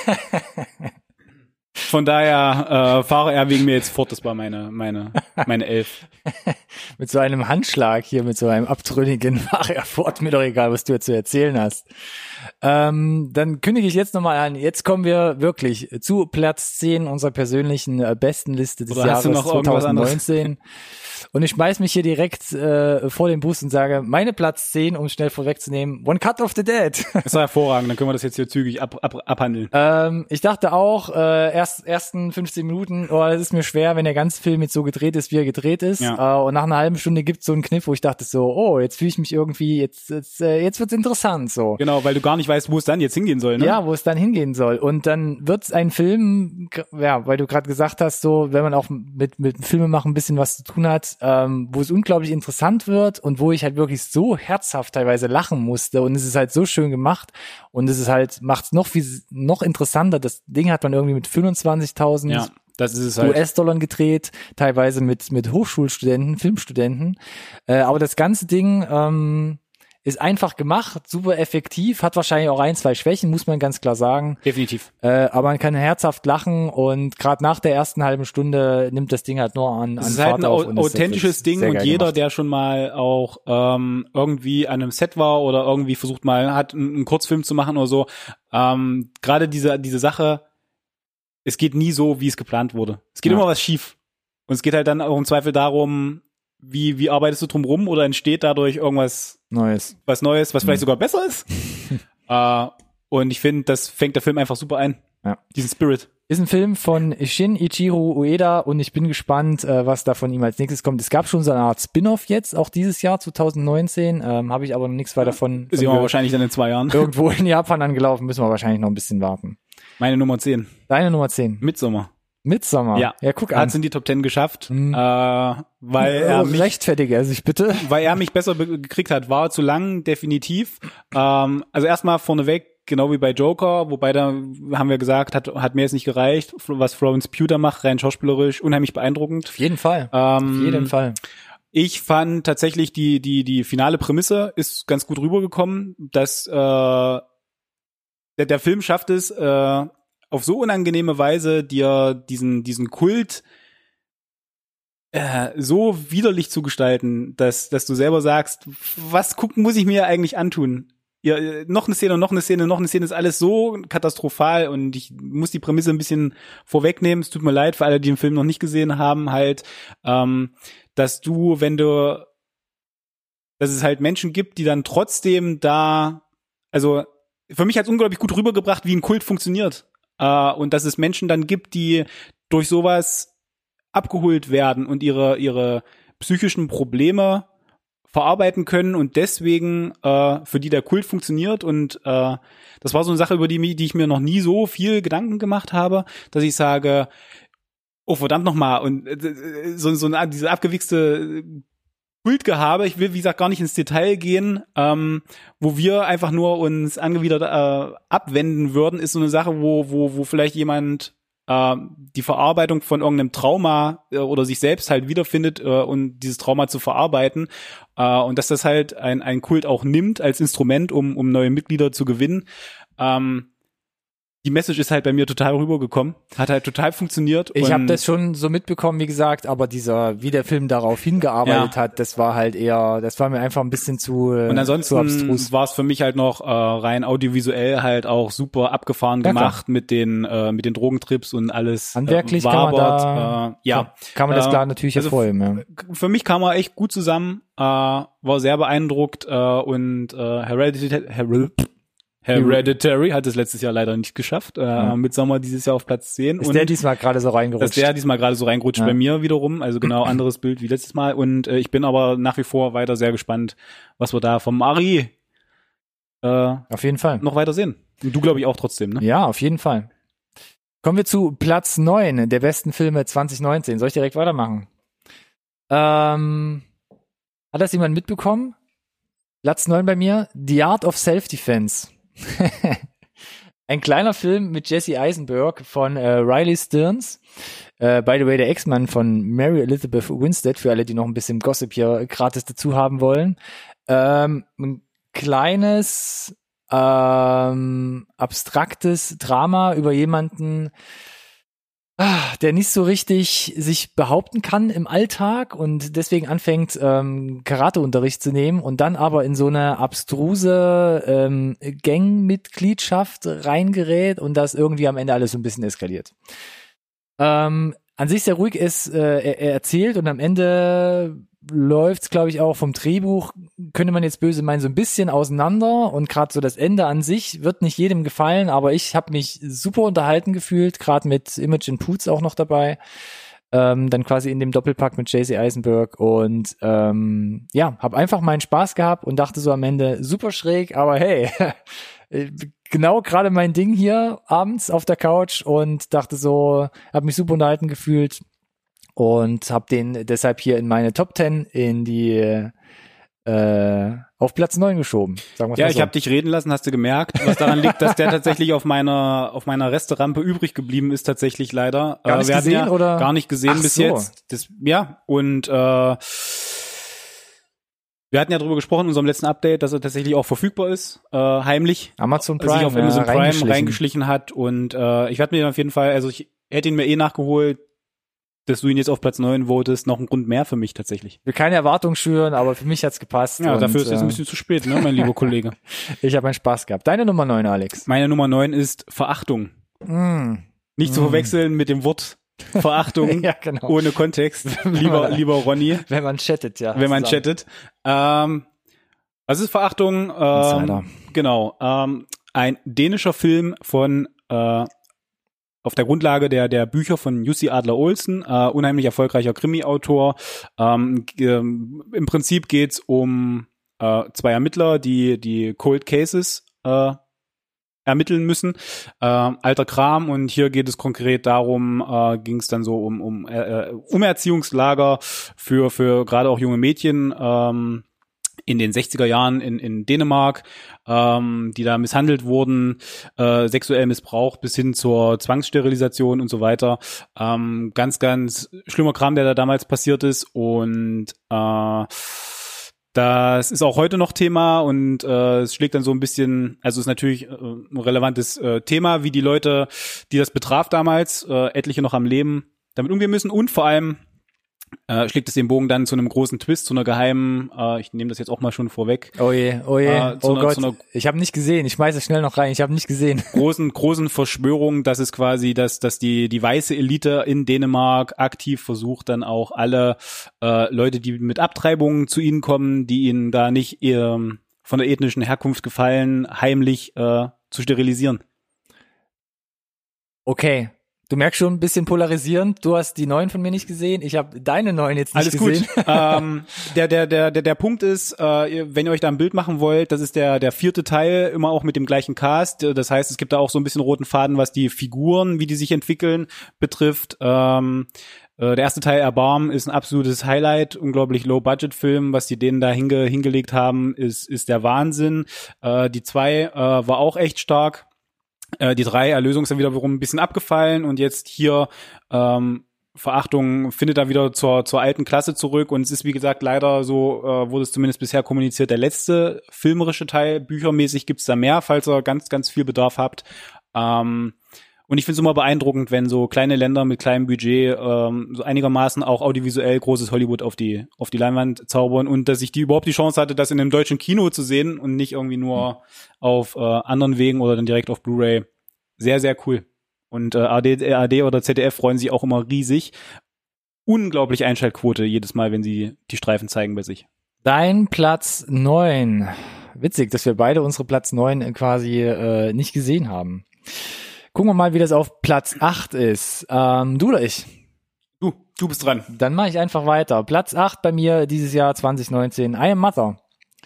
Speaker 2: Von daher äh, fahre er wegen mir jetzt fort. Das war meine, meine, meine Elf.
Speaker 1: Mit so einem Handschlag hier, mit so einem abtrünnigen fahre er fort, mir doch egal, was du jetzt zu erzählen hast. Ähm, dann kündige ich jetzt nochmal an. Jetzt kommen wir wirklich zu Platz zehn unserer persönlichen äh, besten Liste des
Speaker 2: Oder hast
Speaker 1: Jahres
Speaker 2: du noch irgendwas
Speaker 1: zwanzig neunzehn. Und ich schmeiß mich hier direkt äh, vor den Bus und sage, meine Platz zehn, um schnell vorwegzunehmen, One Cut of the Dead.
Speaker 2: Das war hervorragend, dann können wir das jetzt hier zügig ab, ab, abhandeln.
Speaker 1: ähm, ich dachte auch, äh, erst ersten fünfzehn Minuten, oh, das ist mir schwer, wenn der ganze Film jetzt so gedreht ist, wie er gedreht ist.
Speaker 2: Ja.
Speaker 1: Äh, und nach einer halben Stunde gibt's so einen Kniff, wo ich dachte so, oh, jetzt fühle ich mich irgendwie, jetzt jetzt, äh, jetzt wird's interessant so.
Speaker 2: Genau, weil du gar nicht weißt, wo es dann jetzt hingehen soll, ne?
Speaker 1: Ja, wo es dann hingehen soll. Und dann wird's ein Film, g- ja, weil du gerade gesagt hast, so, wenn man auch mit mit Filmemachen ein bisschen was zu tun hat, ähm, wo es unglaublich interessant wird und wo ich halt wirklich so herzhaft teilweise lachen musste und es ist halt so schön gemacht und es ist halt, macht's noch viel, noch interessanter. Das Ding hat man irgendwie mit fünfundzwanzigtausend
Speaker 2: Ja, das ist es halt.
Speaker 1: U S-Dollar gedreht, teilweise mit mit Hochschulstudenten, Filmstudenten. Äh, aber das ganze Ding ähm, ist einfach gemacht, super effektiv, hat wahrscheinlich auch ein, zwei Schwächen, muss man ganz klar sagen.
Speaker 2: Definitiv.
Speaker 1: Äh, aber man kann herzhaft lachen und gerade nach der ersten halben Stunde nimmt das Ding halt nur an, an
Speaker 2: Es ist halt
Speaker 1: Fahrt
Speaker 2: ein
Speaker 1: auf
Speaker 2: au-
Speaker 1: und es ist
Speaker 2: authentisches
Speaker 1: wirklich
Speaker 2: Ding
Speaker 1: sehr
Speaker 2: und
Speaker 1: geil
Speaker 2: jeder,
Speaker 1: gemacht.
Speaker 2: der schon mal auch ähm, irgendwie an einem Set war oder irgendwie versucht mal hat, einen, einen Kurzfilm zu machen oder so, ähm, gerade diese diese Sache, es geht nie so, wie es geplant wurde. Es geht
Speaker 1: Ja.
Speaker 2: immer was schief. Und es geht halt dann auch im Zweifel darum, wie wie arbeitest du drum rum oder entsteht dadurch irgendwas
Speaker 1: Neues.
Speaker 2: was Neues, was vielleicht sogar besser ist. Äh, und ich finde, das fängt der Film einfach super ein.
Speaker 1: Ja.
Speaker 2: Diesen Spirit.
Speaker 1: Ist ein Film von Shin Ichiro Ueda und ich bin gespannt, äh, was da von ihm als nächstes kommt. Es gab schon so eine Art Spin-off jetzt, auch dieses Jahr, zwanzig neunzehn. Ähm, habe ich aber noch nichts weiter von.
Speaker 2: Ist ja wahrscheinlich dann in zwei Jahren.
Speaker 1: Irgendwo in Japan angelaufen, müssen wir wahrscheinlich noch ein bisschen warten.
Speaker 2: Meine Nummer zehn.
Speaker 1: Deine Nummer zehn.
Speaker 2: Midsommar.
Speaker 1: Midsommar.
Speaker 2: Ja,
Speaker 1: ja guck an.
Speaker 2: Hat's in die Top Ten geschafft,
Speaker 1: Mhm.
Speaker 2: äh, weil
Speaker 1: Oh,
Speaker 2: er mich,
Speaker 1: rechtfertige er sich bitte.
Speaker 2: weil er mich besser be- gekriegt hat. War zu lang, definitiv. Ähm, also erstmal vorneweg, genau wie bei Joker, wobei da haben wir gesagt, hat hat mir jetzt nicht gereicht, was Florence Pugh da macht, rein schauspielerisch, unheimlich beaindruckend.
Speaker 1: Auf jeden Fall.
Speaker 2: Ähm,
Speaker 1: Auf jeden Fall.
Speaker 2: Ich fand tatsächlich die die die finale Prämisse ist ganz gut rübergekommen, dass äh, der, der Film schafft es äh, auf so unangenehme Weise, dir diesen diesen Kult äh, so widerlich zu gestalten, dass dass du selber sagst, was gucken muss ich mir eigentlich antun? Ja, noch eine Szene, noch eine Szene, noch eine Szene, ist alles so katastrophal und ich muss die Prämisse ein bisschen vorwegnehmen. Es tut mir leid für alle, die den Film noch nicht gesehen haben, halt, ähm, dass du, wenn du, dass es halt Menschen gibt, die dann trotzdem da, also für mich hat es unglaublich gut rübergebracht, wie ein Kult funktioniert. Äh, und dass es Menschen dann gibt, die durch sowas abgeholt werden und ihre ihre psychischen Probleme verarbeiten können und deswegen äh, für die der Kult funktioniert und äh, das war so eine Sache, über die, die ich mir noch nie so viel Gedanken gemacht habe, dass ich sage, oh verdammt nochmal und äh, so, so eine, diese abgewichste Kultgehabe, ich will wie gesagt gar nicht ins Detail gehen, ähm, wo wir einfach nur uns angewidert äh, abwenden würden, ist so eine Sache, wo wo wo vielleicht jemand äh, die Verarbeitung von irgendeinem Trauma äh, oder sich selbst halt wiederfindet äh, und dieses Trauma zu verarbeiten äh, und dass das halt ein ein Kult auch nimmt als Instrument, um um neue Mitglieder zu gewinnen. Ähm, die Message ist halt bei mir total rübergekommen, hat halt total funktioniert.
Speaker 1: Ich habe das schon so mitbekommen, wie gesagt, aber dieser, wie der Film darauf hingearbeitet
Speaker 2: Ja.
Speaker 1: hat, das war halt eher, das war mir einfach ein bisschen zu, äh,
Speaker 2: Und
Speaker 1: zu
Speaker 2: ansonsten
Speaker 1: abstrus.
Speaker 2: war es für mich halt noch äh, rein audiovisuell halt auch super abgefahren
Speaker 1: Ja,
Speaker 2: gemacht mit den äh, mit den Drogentrips und alles.
Speaker 1: Handwerklich
Speaker 2: äh,
Speaker 1: kann man
Speaker 2: wabert,
Speaker 1: da,
Speaker 2: äh, ja,
Speaker 1: kann man das
Speaker 2: Äh,
Speaker 1: klar natürlich
Speaker 2: also
Speaker 1: hervorheben, ja.
Speaker 2: Für mich kam er echt gut zusammen, äh, war sehr beeindruckt äh, und äh, Hereditary, Her- Hereditary hat es letztes Jahr leider nicht geschafft. Äh,
Speaker 1: Ja.
Speaker 2: Midsommar dieses Jahr auf Platz zehn.
Speaker 1: Ist
Speaker 2: und
Speaker 1: der diesmal gerade so
Speaker 2: dass
Speaker 1: reingerutscht?
Speaker 2: der diesmal gerade so reingerutscht
Speaker 1: Ja.
Speaker 2: bei mir wiederum. Also genau anderes Bild wie letztes Mal. Und äh, ich bin aber nach wie vor weiter sehr gespannt, was wir da vom Ari äh,
Speaker 1: Auf jeden Fall.
Speaker 2: noch weiter sehen. Und du, glaube ich, auch trotzdem, ne?
Speaker 1: Ja, auf jeden Fall. Kommen wir zu Platz neun der besten Filme zwanzig neunzehn. Soll ich direkt weitermachen? Ähm, hat das jemand mitbekommen? Platz neun bei mir, The Art of Self-Defense. Ein kleiner Film mit Jesse Eisenberg von äh, Riley Stearns. Äh, by the way, der Ex-Mann von Mary Elizabeth Winstead, für alle, die noch ein bisschen Gossip hier gratis dazu haben wollen. Ähm, ein kleines, ähm, abstraktes Drama über jemanden, ah, der nicht so richtig sich behaupten kann im Alltag und deswegen anfängt, ähm, Karateunterricht zu nehmen und dann aber in so eine abstruse ähm, Gangmitgliedschaft reingerät und das irgendwie am Ende alles so ein bisschen eskaliert. Ähm, an sich sehr ruhig ist, äh, er, er erzählt und am Ende läuft's, glaube ich, auch vom Drehbuch, könnte man jetzt böse meinen, so ein bisschen auseinander und gerade so das Ende an sich wird nicht jedem gefallen, aber ich habe mich super unterhalten gefühlt, gerade mit Imogen Poots auch noch dabei, ähm, dann quasi in dem Doppelpack mit Jesse Eisenberg und ähm, ja, habe einfach meinen Spaß gehabt und dachte so am Ende, super schräg, aber hey, genau gerade mein Ding hier abends auf der Couch und dachte so, habe mich super unterhalten gefühlt und habe den deshalb hier in meine Top Ten in die äh, auf Platz neun geschoben. Sagen wir's
Speaker 2: Ja,
Speaker 1: mal
Speaker 2: ich
Speaker 1: so.
Speaker 2: habe dich reden lassen, hast du gemerkt, was daran liegt, dass der tatsächlich auf meiner auf meiner Resterampe übrig geblieben ist, tatsächlich leider.
Speaker 1: Gar nicht
Speaker 2: äh, wir hatten
Speaker 1: gesehen,
Speaker 2: ja
Speaker 1: oder?
Speaker 2: Gar nicht gesehen
Speaker 1: Ach
Speaker 2: bis
Speaker 1: so.
Speaker 2: jetzt. Das, ja, und äh, wir hatten ja darüber gesprochen in unserem letzten Update, dass er tatsächlich auch verfügbar ist, äh, heimlich.
Speaker 1: Amazon Prime,
Speaker 2: sich auf Amazon
Speaker 1: ja,
Speaker 2: Prime
Speaker 1: reingeschlichen.
Speaker 2: reingeschlichen. hat und äh, ich werde mir den auf jeden Fall, also ich hätte ihn mir eh nachgeholt, dass du ihn jetzt auf Platz neun votest, noch ein Grund mehr für mich tatsächlich.
Speaker 1: Ich will keine Erwartung schüren, aber für mich hat's gepasst.
Speaker 2: Ja,
Speaker 1: und,
Speaker 2: dafür ist es
Speaker 1: äh,
Speaker 2: ein bisschen zu spät, ne, mein lieber Kollege.
Speaker 1: Ich habe meinen Spaß gehabt. Deine Nummer neun, Alex.
Speaker 2: Meine Nummer neun ist Verachtung.
Speaker 1: Mm.
Speaker 2: Nicht zu
Speaker 1: Mm.
Speaker 2: verwechseln mit dem Wort Verachtung
Speaker 1: Ja, genau.
Speaker 2: ohne Kontext, lieber, lieber Ronny,
Speaker 1: Wenn man chattet, ja.
Speaker 2: wenn man
Speaker 1: zusammen.
Speaker 2: chattet. Ähm, was ist Verachtung? Ähm,
Speaker 1: Insider.
Speaker 2: genau. Ähm, ein dänischer Film von äh, auf der Grundlage der der Bücher von Jussi Adler-Olsen, äh, unheimlich erfolgreicher Krimi-Autor. Ähm, äh, Im Prinzip geht's um äh, zwei Ermittler, die die Cold Cases äh, ermitteln müssen. Äh, alter Kram, und hier geht es konkret darum, äh, ging es dann so um um äh, Umerziehungslager für für gerade auch junge Mädchen ähm, in den sechziger Jahren in in Dänemark, ähm, die da misshandelt wurden, äh, sexuell missbraucht bis hin zur Zwangssterilisation und so weiter. Ähm, ganz, ganz schlimmer Kram, der da damals passiert ist, und äh, das ist auch heute noch Thema, und äh, es schlägt dann so ein bisschen, also ist natürlich äh, ein relevantes äh, Thema, wie die Leute, die das betraf damals, äh, etliche noch am Leben, damit umgehen müssen, und vor allem Äh, schlägt es den Bogen dann zu einem großen Twist, zu einer geheimen, äh, ich nehme das jetzt auch mal schon vorweg.
Speaker 1: Oh je, oh je,
Speaker 2: äh,
Speaker 1: oh
Speaker 2: einer,
Speaker 1: Gott,
Speaker 2: zu einer
Speaker 1: ich habe nicht gesehen, ich schmeiße es schnell noch rein, ich habe nicht gesehen.
Speaker 2: großen, großen Verschwörung, dass es quasi, dass, dass die, die weiße Elite in Dänemark aktiv versucht, dann auch alle äh, Leute, die mit Abtreibungen zu ihnen kommen, die ihnen da nicht ähm, von der ethnischen Herkunft gefallen, heimlich äh, zu sterilisieren.
Speaker 1: Okay. Du merkst schon, ein bisschen polarisierend. Du hast die neuen von mir nicht gesehen. Ich habe deine neuen jetzt nicht
Speaker 2: Alles
Speaker 1: gesehen.
Speaker 2: Gut. ähm, der, der, der, der, der Punkt ist, äh, wenn ihr euch da ein Bild machen wollt, das ist der, der vierte Teil, immer auch mit dem gleichen Cast. Das heißt, es gibt da auch so ein bisschen roten Faden, was die Figuren, wie die sich entwickeln, betrifft. Ähm, äh, der erste Teil, Erbarmen, ist ein absolutes Highlight. Unglaublich Low-Budget-Film. Was die denen da hinge, hingelegt haben, ist, ist der Wahnsinn. Äh, die zwei äh, war auch echt stark. Die drei, Erlösung, ist dann wiederum ein bisschen abgefallen, und jetzt hier ähm, Verachtung findet da wieder zur zur alten Klasse zurück, und es ist, wie gesagt, leider so, äh, wurde es zumindest bisher kommuniziert, der letzte filmerische Teil. Büchermäßig gibt's da mehr, falls ihr ganz, ganz viel Bedarf habt. Ähm, und ich finde es immer beeindruckend, wenn so kleine Länder mit kleinem Budget ähm, so einigermaßen auch audiovisuell großes Hollywood auf die auf die Leinwand zaubern, und dass ich die überhaupt die Chance hatte, das in einem deutschen Kino zu sehen und nicht irgendwie nur mhm. auf äh, anderen Wegen oder dann direkt auf Blu-ray. Sehr, sehr cool. Und äh, A D, A R D oder Z D F freuen sich auch immer riesig. Unglaubliche Einschaltquote jedes Mal, wenn sie die Streifen zeigen bei sich.
Speaker 1: Dein Platz neun. Witzig, dass wir beide unsere Platz neun quasi äh, nicht gesehen haben. Gucken wir mal, wie das auf Platz acht ist. Ähm, du oder ich?
Speaker 2: Du, du bist dran.
Speaker 1: Dann mache ich einfach weiter. Platz acht bei mir dieses Jahr zwanzig neunzehn. I Am Mother.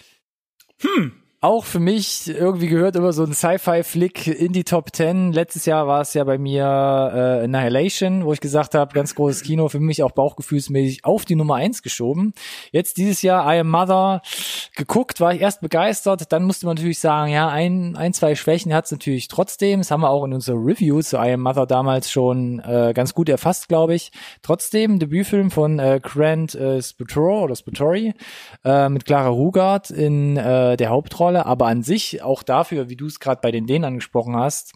Speaker 2: Hm.
Speaker 1: Auch für mich irgendwie gehört immer so ein Sci-Fi-Flick in die Top Ten. Letztes Jahr war es ja bei mir äh, Annihilation, wo ich gesagt habe, ganz großes Kino, für mich auch bauchgefühlsmäßig auf die Nummer eins geschoben. Jetzt dieses Jahr I Am Mother geguckt, war ich erst begeistert. Dann musste man natürlich sagen, ja, ein, ein zwei Schwächen hat es natürlich trotzdem. Das haben wir auch in unserer Review zu I Am Mother damals schon äh, ganz gut erfasst, glaube ich. Trotzdem Debütfilm von äh, Grant äh, Sputore oder Sputore äh, mit Clara Rugard in äh, der Hauptrolle. Aber an sich auch dafür, wie du es gerade bei den Dänen angesprochen hast,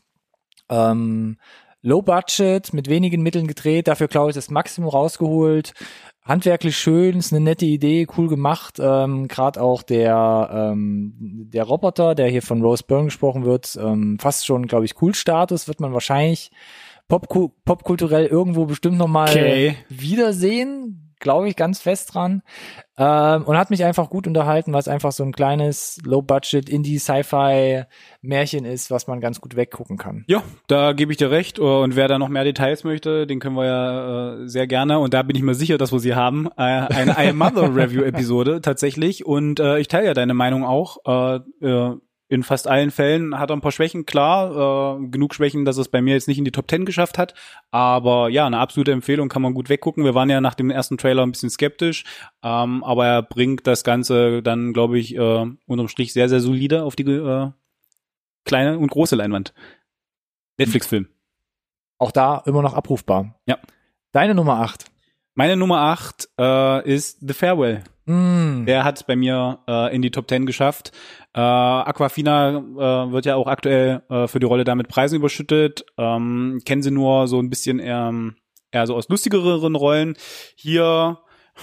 Speaker 1: ähm, Low Budget, mit wenigen Mitteln gedreht, dafür glaube ich das Maximum rausgeholt, handwerklich schön, ist eine nette Idee, cool gemacht, ähm, gerade auch der ähm, der Roboter, der hier von Rose Byrne gesprochen wird, ähm, fast schon, glaube ich, Cool-Status, wird man wahrscheinlich popku- popkulturell irgendwo bestimmt nochmal
Speaker 2: okay.
Speaker 1: wiedersehen, glaube ich ganz fest dran. Ähm, und hat mich einfach gut unterhalten, weil es einfach so ein kleines Low-Budget Indie-Sci-Fi-Märchen ist, was man ganz gut weggucken kann.
Speaker 2: Ja, da gebe ich dir recht. Und wer da noch mehr Details möchte, den können wir ja äh, sehr gerne. Und da bin ich mir sicher, dass wir sie haben. Äh, eine I Am Mother Review-Episode tatsächlich. Und äh, ich teile ja deine Meinung auch. Äh, äh, In fast allen Fällen hat er ein paar Schwächen, klar, äh, genug Schwächen, dass es bei mir jetzt nicht in die Top Ten geschafft hat, aber ja, eine absolute Empfehlung, kann man gut weggucken. Wir waren ja nach dem ersten Trailer ein bisschen skeptisch, ähm, aber er bringt das Ganze dann, glaube ich, äh, unterm Strich sehr, sehr solide auf die äh, kleine und große Leinwand. Netflix-Film.
Speaker 1: Auch da immer noch abrufbar.
Speaker 2: Ja.
Speaker 1: Deine Nummer acht.
Speaker 2: Meine Nummer acht äh, ist The Farewell.
Speaker 1: Mm.
Speaker 2: Der hat es bei mir äh, in die Top Ten geschafft. Äh, Aquafina äh, wird ja auch aktuell äh, für die Rolle da mit Preisen überschüttet. Ähm, kennen sie nur so ein bisschen ähm, eher so aus lustigeren Rollen. Hier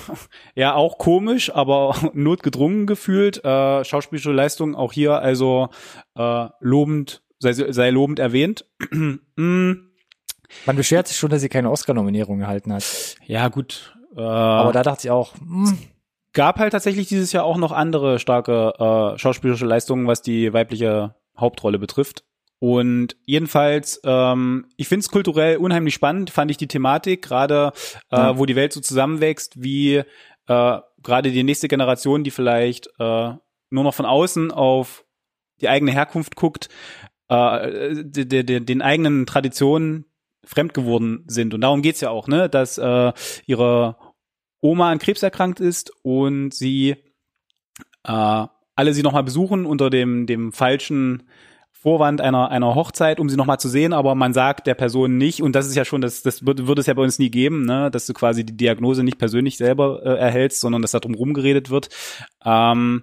Speaker 2: ja auch komisch, aber notgedrungen gefühlt. Äh, schauspielerische Leistung auch hier also äh, lobend, sei, sei lobend erwähnt. mm.
Speaker 1: Man beschwert sich schon, dass sie keine Oscar-Nominierung erhalten hat.
Speaker 2: Ja, gut. Äh,
Speaker 1: aber da dachte ich auch, mh.
Speaker 2: gab halt tatsächlich dieses Jahr auch noch andere starke äh, schauspielerische Leistungen, was die weibliche Hauptrolle betrifft. Und jedenfalls, ähm, ich finde es kulturell unheimlich spannend, fand ich die Thematik, gerade äh, ja. wo die Welt so zusammenwächst, wie äh, gerade die nächste Generation, die vielleicht äh, nur noch von außen auf die eigene Herkunft guckt, äh, de, de, de, den eigenen Traditionen fremd geworden sind. Und darum geht's ja auch, ne, dass äh, ihre Oma an Krebs erkrankt ist und sie äh, alle sie nochmal besuchen unter dem dem falschen Vorwand einer einer Hochzeit, um sie nochmal zu sehen, aber man sagt der Person nicht, und das ist ja schon, das das würde würd es ja bei uns nie geben, ne, dass du quasi die Diagnose nicht persönlich selber äh, erhältst, sondern dass da drum rumgeredet wird. Ähm,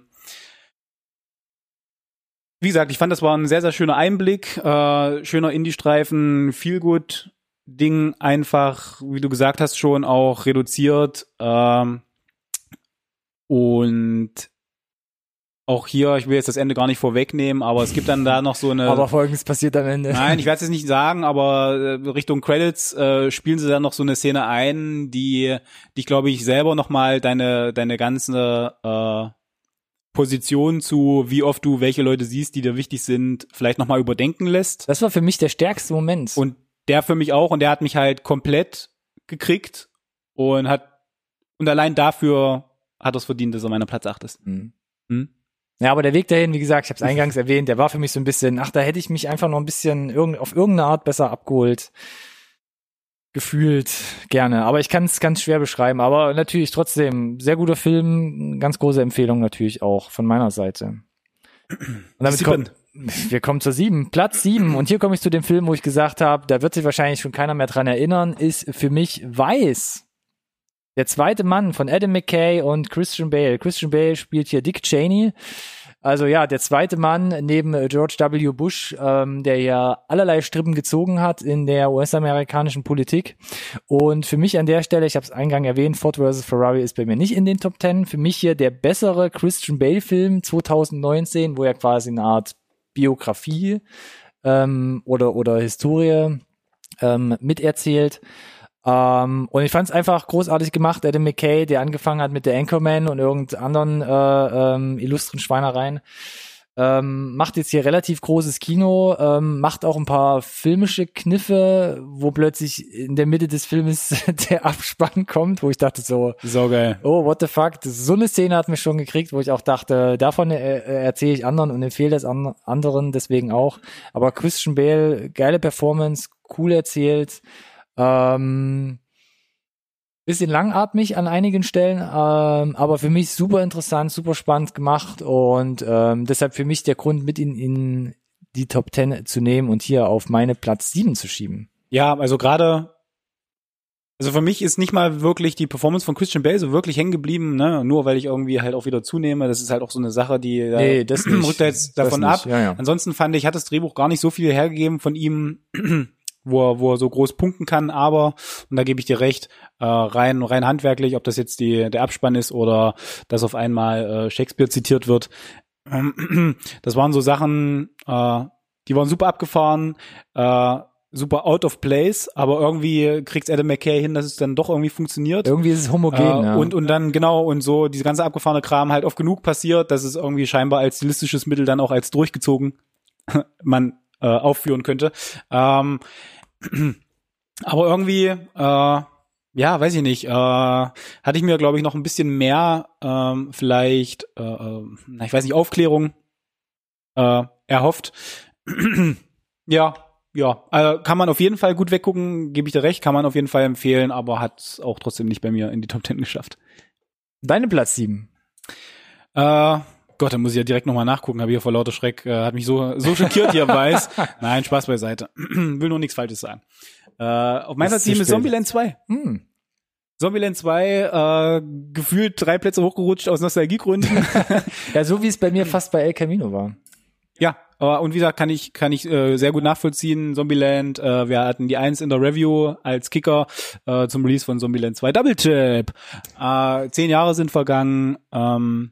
Speaker 2: wie gesagt, ich fand, das war ein sehr, sehr schöner Einblick, äh, schöner Indie-Streifen, Feel-Good-Ding, einfach, wie du gesagt hast, schon auch reduziert, ähm, und auch hier, ich will jetzt das Ende gar nicht vorwegnehmen, aber es gibt dann da noch so eine...
Speaker 1: Aber Folgendes passiert am Ende.
Speaker 2: Nein, ich werde es jetzt nicht sagen, aber Richtung Credits äh, spielen sie dann noch so eine Szene ein, die dich, glaube ich, selber nochmal deine deine ganze äh, Position zu, wie oft du welche Leute siehst, die dir wichtig sind, vielleicht nochmal überdenken lässt.
Speaker 1: Das war für mich der stärkste Moment.
Speaker 2: Und der für mich auch, und der hat mich halt komplett gekriegt und hat und allein dafür hat er es verdient, dass er meiner Platz acht ist.
Speaker 1: Mhm.
Speaker 2: Hm?
Speaker 1: Ja, aber der Weg dahin, wie gesagt, ich habe es eingangs erwähnt, der war für mich so ein bisschen, ach, da hätte ich mich einfach noch ein bisschen irgend, auf irgendeine Art besser abgeholt, gefühlt gerne. Aber ich kann es ganz schwer beschreiben. Aber natürlich trotzdem, sehr guter Film, ganz große Empfehlung natürlich auch von meiner Seite. Und damit kommt, wir kommen zur sieben, Platz sieben. Und hier komme ich zu dem Film, wo ich gesagt habe, da wird sich wahrscheinlich schon keiner mehr dran erinnern, ist für mich Weiß. Der zweite Mann von Adam McKay und Christian Bale. Christian Bale spielt hier Dick Cheney. Also ja, der zweite Mann neben George W. Bush, ähm, der ja allerlei Strippen gezogen hat in der U S-amerikanischen Politik. Und für mich an der Stelle, ich habe es eingangs erwähnt, Ford versus. Ferrari ist bei mir nicht in den Top Ten. Für mich hier der bessere Christian Bale-Film zwanzig neunzehn, wo er quasi eine Art Biografie ähm, oder oder Historie ähm, miterzählt. Um, und ich fand es einfach großartig gemacht, Adam McKay, der angefangen hat mit der Anchorman und irgendeinen anderen äh, ähm, illustren Schweinereien, ähm, macht jetzt hier relativ großes Kino, ähm, macht auch ein paar filmische Kniffe, wo plötzlich in der Mitte des Filmes der Abspann kommt, wo ich dachte so,
Speaker 2: so geil.
Speaker 1: Oh, what the fuck, das, so eine Szene hat mich schon gekriegt, wo ich auch dachte, davon äh, erzähle ich anderen und empfehle das an, anderen deswegen auch. Aber Christian Bale, geile Performance, cool erzählt, Ähm, bisschen langatmig an einigen Stellen, ähm, aber für mich super interessant, super spannend gemacht und ähm, deshalb für mich der Grund, mit in, in die Top Ten zu nehmen und hier auf meine Platz sieben zu schieben.
Speaker 2: Ja, also gerade, also für mich ist nicht mal wirklich die Performance von Christian Bale so wirklich hängen geblieben, ne? Nur weil ich irgendwie halt auch wieder zunehme. Das ist halt auch so eine Sache, die
Speaker 1: nee, das
Speaker 2: da rückt jetzt davon ab.
Speaker 1: Ja, ja.
Speaker 2: Ansonsten fand ich, hat das Drehbuch gar nicht so viel hergegeben von ihm, wo er, wo er so groß punkten kann, aber, und da gebe ich dir recht, äh, rein rein handwerklich, ob das jetzt die der Abspann ist oder dass auf einmal äh, Shakespeare zitiert wird, ähm, das waren so Sachen, äh, die waren super abgefahren, äh, super out of place, aber irgendwie kriegt's Adam McKay hin, dass es dann doch irgendwie funktioniert.
Speaker 1: Irgendwie ist es homogen,
Speaker 2: äh,
Speaker 1: ja.
Speaker 2: Und und dann, genau, und so diese ganze abgefahrene Kram halt oft genug passiert, dass es irgendwie scheinbar als stilistisches Mittel dann auch als durchgezogen man äh, aufführen könnte. Ähm, aber irgendwie, äh, ja, weiß ich nicht, äh, hatte ich mir, glaube ich, noch ein bisschen mehr ähm, vielleicht, äh, äh, ich weiß nicht, Aufklärung äh, erhofft. ja, ja, äh, kann man auf jeden Fall gut weggucken, gebe ich dir recht, kann man auf jeden Fall empfehlen, aber hat auch trotzdem nicht bei mir in die Top Ten geschafft.
Speaker 1: Deine Platz sieben.
Speaker 2: Äh, Gott, da muss ich ja direkt nochmal nachgucken, habe hier vor lauter Schreck, äh, hat mich so so schockiert hier weiß. Nein, Spaß beiseite. Will nur nichts Falsches sagen. Äh, auf meiner Team ist Zombieland zwei.
Speaker 1: Hm.
Speaker 2: Zombieland zwei, äh, gefühlt drei Plätze hochgerutscht aus Nostalgiegründen.
Speaker 1: Ja, so wie es bei mir fast bei El Camino war.
Speaker 2: Ja, aber und wie gesagt, kann ich kann ich äh, sehr gut nachvollziehen. Zombieland, äh, wir hatten die eins in der Review als Kicker äh, zum Release von Zombieland zwei. Double Tip. Äh, zehn Jahre sind vergangen. Ähm,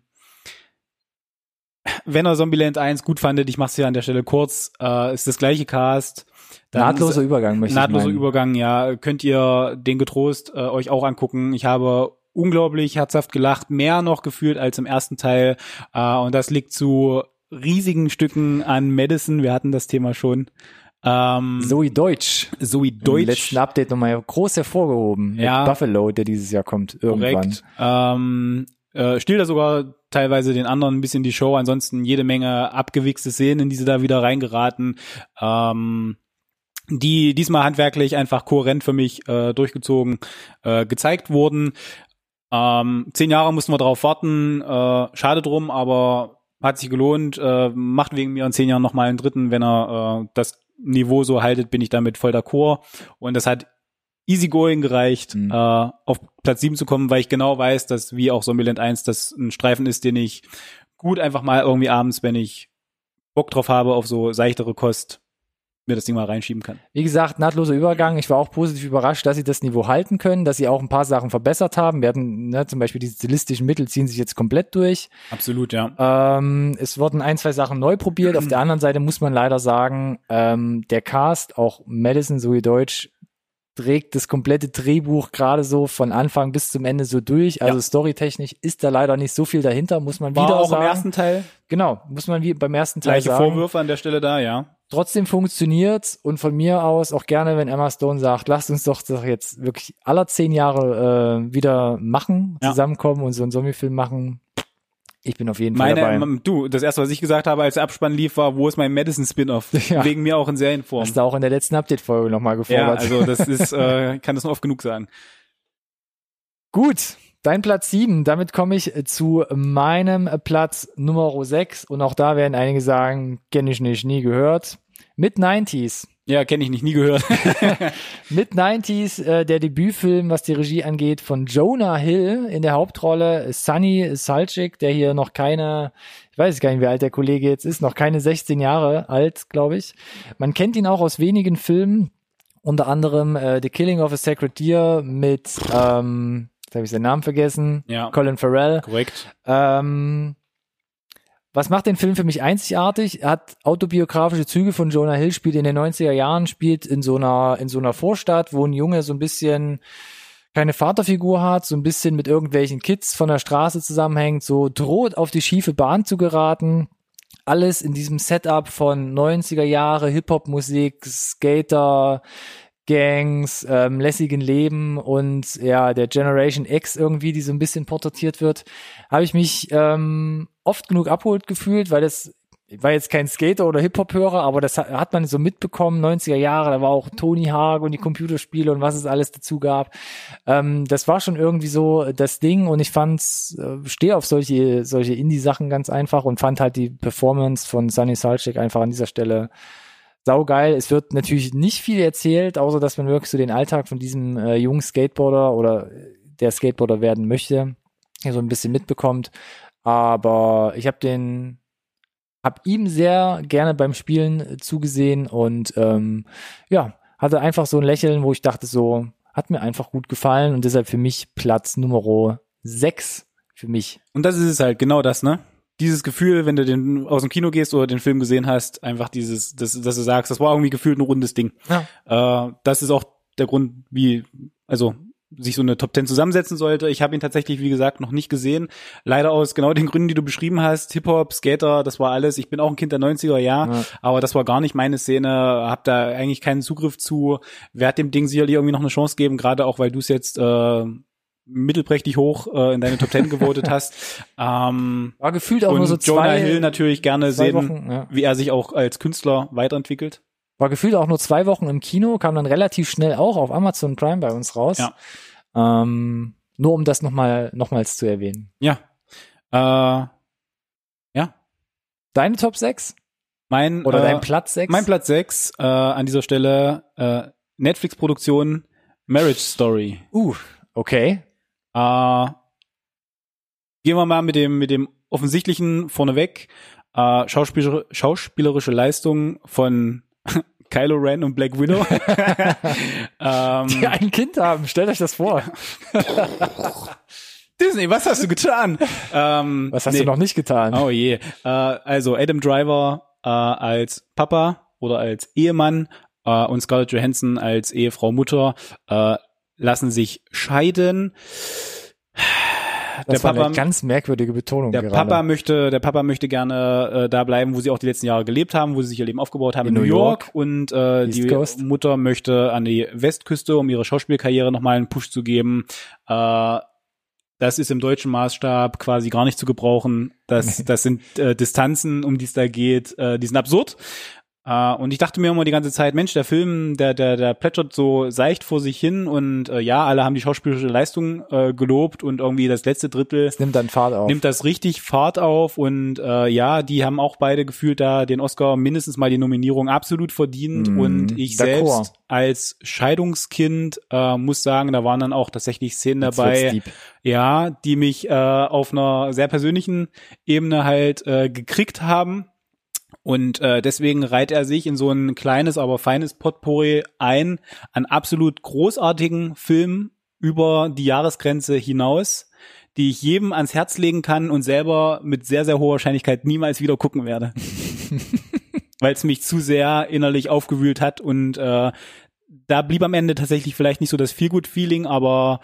Speaker 2: Wenn ihr Zombieland eins gut fandet, ich mach's hier an der Stelle kurz, äh, ist das gleiche Cast.
Speaker 1: Nahtloser Übergang, möchte ich meinen.
Speaker 2: Nahtloser Übergang, ja. Könnt ihr den getrost äh, euch auch angucken. Ich habe unglaublich herzhaft gelacht, mehr noch gefühlt als im ersten Teil. Äh, und das liegt zu riesigen Stücken an Madison. Wir hatten das Thema schon. Ähm,
Speaker 1: Zoe Deutsch.
Speaker 2: Zoe Deutsch.
Speaker 1: Im letzten Update nochmal groß hervorgehoben.
Speaker 2: Ja.
Speaker 1: Mit Buffalo, der dieses Jahr kommt. Irgendwann.
Speaker 2: Korrekt. Ähm, äh, stiehlt da sogar teilweise den anderen ein bisschen die Show. Ansonsten jede Menge abgewichste Szenen, in die sie da wieder reingeraten. Ähm, die diesmal handwerklich einfach kohärent für mich äh, durchgezogen äh, gezeigt wurden. Ähm, zehn Jahre mussten wir drauf warten. Äh, schade drum, aber hat sich gelohnt. Äh, macht wegen mir in zehn Jahren nochmal einen dritten. Wenn er äh, das Niveau so haltet, bin ich damit voll d'accord. Und das hat easygoing gereicht, mhm. äh, auf Platz sieben zu kommen, weil ich genau weiß, dass wie auch Zombieland eins das ein Streifen ist, den ich gut einfach mal irgendwie abends, wenn ich Bock drauf habe, auf so seichtere Kost, mir das Ding mal reinschieben kann.
Speaker 1: Wie gesagt, nahtloser Übergang. Ich war auch positiv überrascht, dass sie das Niveau halten können, dass sie auch ein paar Sachen verbessert haben. Wir hatten ne, zum Beispiel die stilistischen Mittel ziehen sich jetzt komplett durch.
Speaker 2: Absolut, ja.
Speaker 1: Ähm, es wurden ein, zwei Sachen neu probiert. Auf der anderen Seite muss man leider sagen, ähm, der Cast, auch Madison, Zoe Deutsch, trägt das komplette Drehbuch gerade so von Anfang bis zum Ende so durch. Also ja. Storytechnisch ist da leider nicht so viel dahinter, muss man
Speaker 2: War
Speaker 1: wieder
Speaker 2: auch
Speaker 1: sagen.
Speaker 2: Im ersten Teil?
Speaker 1: Genau, muss man wie beim ersten Teil
Speaker 2: Gleiche
Speaker 1: sagen.
Speaker 2: Vorwürfe an der Stelle da, ja.
Speaker 1: Trotzdem funktioniert's und von mir aus auch gerne, wenn Emma Stone sagt, lasst uns doch, doch jetzt wirklich aller zehn Jahre äh, wieder machen,
Speaker 2: ja.
Speaker 1: zusammenkommen und so einen Zombie-Film machen. Ich bin auf jeden Fall
Speaker 2: Meine,
Speaker 1: dabei.
Speaker 2: Du, das erste, was ich gesagt habe, als der Abspann lief, war, wo ist mein Madison-Spin-Off?
Speaker 1: Ja.
Speaker 2: Wegen mir auch in Serienform.
Speaker 1: Hast du auch in der letzten Update-Folge nochmal gefordert.
Speaker 2: Ja, also das ist, äh, ich kann das nur oft genug sagen.
Speaker 1: Gut, dein Platz sieben. Damit komme ich zu meinem Platz Nummer sechs. Und auch da werden einige sagen, kenne ich nicht, nie gehört. Mid neunziger.
Speaker 2: Ja, kenne ich nicht, nie gehört.
Speaker 1: Mid neunziger, äh, der Debütfilm, was die Regie angeht, von Jonah Hill in der Hauptrolle. Sunny Suljic, der hier noch keine, ich weiß gar nicht, wie alt der Kollege jetzt ist, noch keine sechzehn Jahre alt, glaube ich. Man kennt ihn auch aus wenigen Filmen, unter anderem äh, The Killing of a Sacred Deer mit, ähm, jetzt habe ich seinen Namen vergessen,
Speaker 2: ja.
Speaker 1: Colin Farrell.
Speaker 2: Korrekt.
Speaker 1: Ähm, Was macht den Film für mich einzigartig? Er hat autobiografische Züge von Jonah Hill, spielt in den neunziger Jahren, spielt in so einer in so einer Vorstadt, wo ein Junge so ein bisschen keine Vaterfigur hat, so ein bisschen mit irgendwelchen Kids von der Straße zusammenhängt, so droht auf die schiefe Bahn zu geraten. Alles in diesem Setup von neunziger Jahre Hip-Hop-Musik, Skater, Gangs, ähm, lässigen Leben und ja, der Generation X irgendwie, die so ein bisschen porträtiert wird, habe ich mich ähm, oft genug abgeholt gefühlt, weil das, ich war jetzt kein Skater oder Hip-Hop-Hörer, aber das hat, hat man so mitbekommen, neunziger Jahre, da war auch Tony Hawk und die Computerspiele und was es alles dazu gab. Ähm, das war schon irgendwie so das Ding und ich fand's, äh, stehe auf solche solche Indie-Sachen ganz einfach und fand halt die Performance von Sunny Suljic einfach an dieser Stelle saugeil. Es wird natürlich nicht viel erzählt, außer dass man wirklich so den Alltag von diesem äh, jungen Skateboarder oder der Skateboarder werden möchte, hier so ein bisschen mitbekommt. Aber ich habe den, hab ihm sehr gerne beim Spielen zugesehen und ähm, ja, hatte einfach so ein Lächeln, wo ich dachte so, hat mir einfach gut gefallen und deshalb für mich Platz Nummer sechs für mich.
Speaker 2: Und das ist es halt, genau das, ne? Dieses Gefühl, wenn du den aus dem Kino gehst oder den Film gesehen hast, einfach dieses, das, dass du sagst, das war irgendwie gefühlt ein rundes Ding. Ja. Äh, das ist auch der Grund, wie, also sich so eine Top Ten zusammensetzen sollte. Ich habe ihn tatsächlich, wie gesagt, noch nicht gesehen. Leider aus genau den Gründen, die du beschrieben hast. Hip-Hop, Skater, das war alles. Ich bin auch ein Kind der neunziger, ja, ja. Aber das war gar nicht meine Szene. Hab da eigentlich keinen Zugriff zu. Werd dem Ding sicherlich irgendwie noch eine Chance geben, gerade auch, weil du es jetzt äh, mittelprächtig hoch äh, in deine Top Ten gewotet hast. Ähm,
Speaker 1: War gefühlt auch nur so zwei
Speaker 2: Jonah Hill natürlich gerne sehen,
Speaker 1: Wochen, ja.
Speaker 2: wie er sich auch als Künstler weiterentwickelt.
Speaker 1: War gefühlt auch nur zwei Wochen im Kino, kam dann relativ schnell auch auf Amazon Prime bei uns raus.
Speaker 2: Ja.
Speaker 1: Ähm, nur um das nochmal nochmals zu erwähnen.
Speaker 2: Ja. Äh, ja.
Speaker 1: Deine Top sechs?
Speaker 2: Mein,
Speaker 1: Oder
Speaker 2: äh,
Speaker 1: dein Platz sechs?
Speaker 2: Mein Platz sechs äh, an dieser Stelle äh, Netflix-Produktion Marriage Story.
Speaker 1: Uh, okay.
Speaker 2: Äh, gehen wir mal mit dem mit dem Offensichtlichen vorneweg. Äh, Schauspieler, schauspielerische Leistung von Kylo Ren und Black Widow. ähm,
Speaker 1: Die ein Kind haben, stellt euch das vor.
Speaker 2: Disney, was hast du getan? ähm,
Speaker 1: was hast
Speaker 2: nee.
Speaker 1: du noch nicht getan?
Speaker 2: Oh je. Äh, also Adam Driver äh, als Papa oder als Ehemann äh, und Scarlett Johansson als Ehefrau Mutter äh, lassen sich scheiden.
Speaker 1: Das
Speaker 2: der
Speaker 1: war
Speaker 2: Papa,
Speaker 1: eine ganz merkwürdige Betonung
Speaker 2: der
Speaker 1: gerade.
Speaker 2: Papa möchte, der Papa möchte gerne äh, da bleiben, wo sie auch die letzten Jahre gelebt haben, wo sie sich ihr Leben aufgebaut haben, in, in New York. York. Und äh,
Speaker 1: East
Speaker 2: die
Speaker 1: Coast.
Speaker 2: Mutter möchte an die Westküste, um ihre Schauspielkarriere nochmal einen Push zu geben. Äh, das ist im deutschen Maßstab quasi gar nicht zu gebrauchen. Das, das sind äh, Distanzen, um die es da geht, äh, die sind absurd. Uh, und ich dachte mir immer die ganze Zeit, Mensch, der Film, der der der plätschert so seicht vor sich hin und äh, ja, alle haben die schauspielerische Leistung äh, gelobt und irgendwie das letzte Drittel
Speaker 1: es nimmt dann Fahrt auf.
Speaker 2: Nimmt das richtig Fahrt auf und äh, ja, die haben auch beide gefühlt da den Oscar mindestens mal die Nominierung absolut verdient mm, und ich selbst als Scheidungskind äh, muss sagen, da waren dann auch tatsächlich Szenen dabei, ja, die mich äh, auf einer sehr persönlichen Ebene halt äh, gekriegt haben. Und äh, deswegen reiht er sich in so ein kleines, aber feines Potpourri ein an absolut großartigen Filmen über die Jahresgrenze hinaus, die ich jedem ans Herz legen kann und selber mit sehr, sehr hoher Wahrscheinlichkeit niemals wieder gucken werde. Weil es mich zu sehr innerlich aufgewühlt hat. Und äh, da blieb am Ende tatsächlich vielleicht nicht so das Feel-Good-Feeling, aber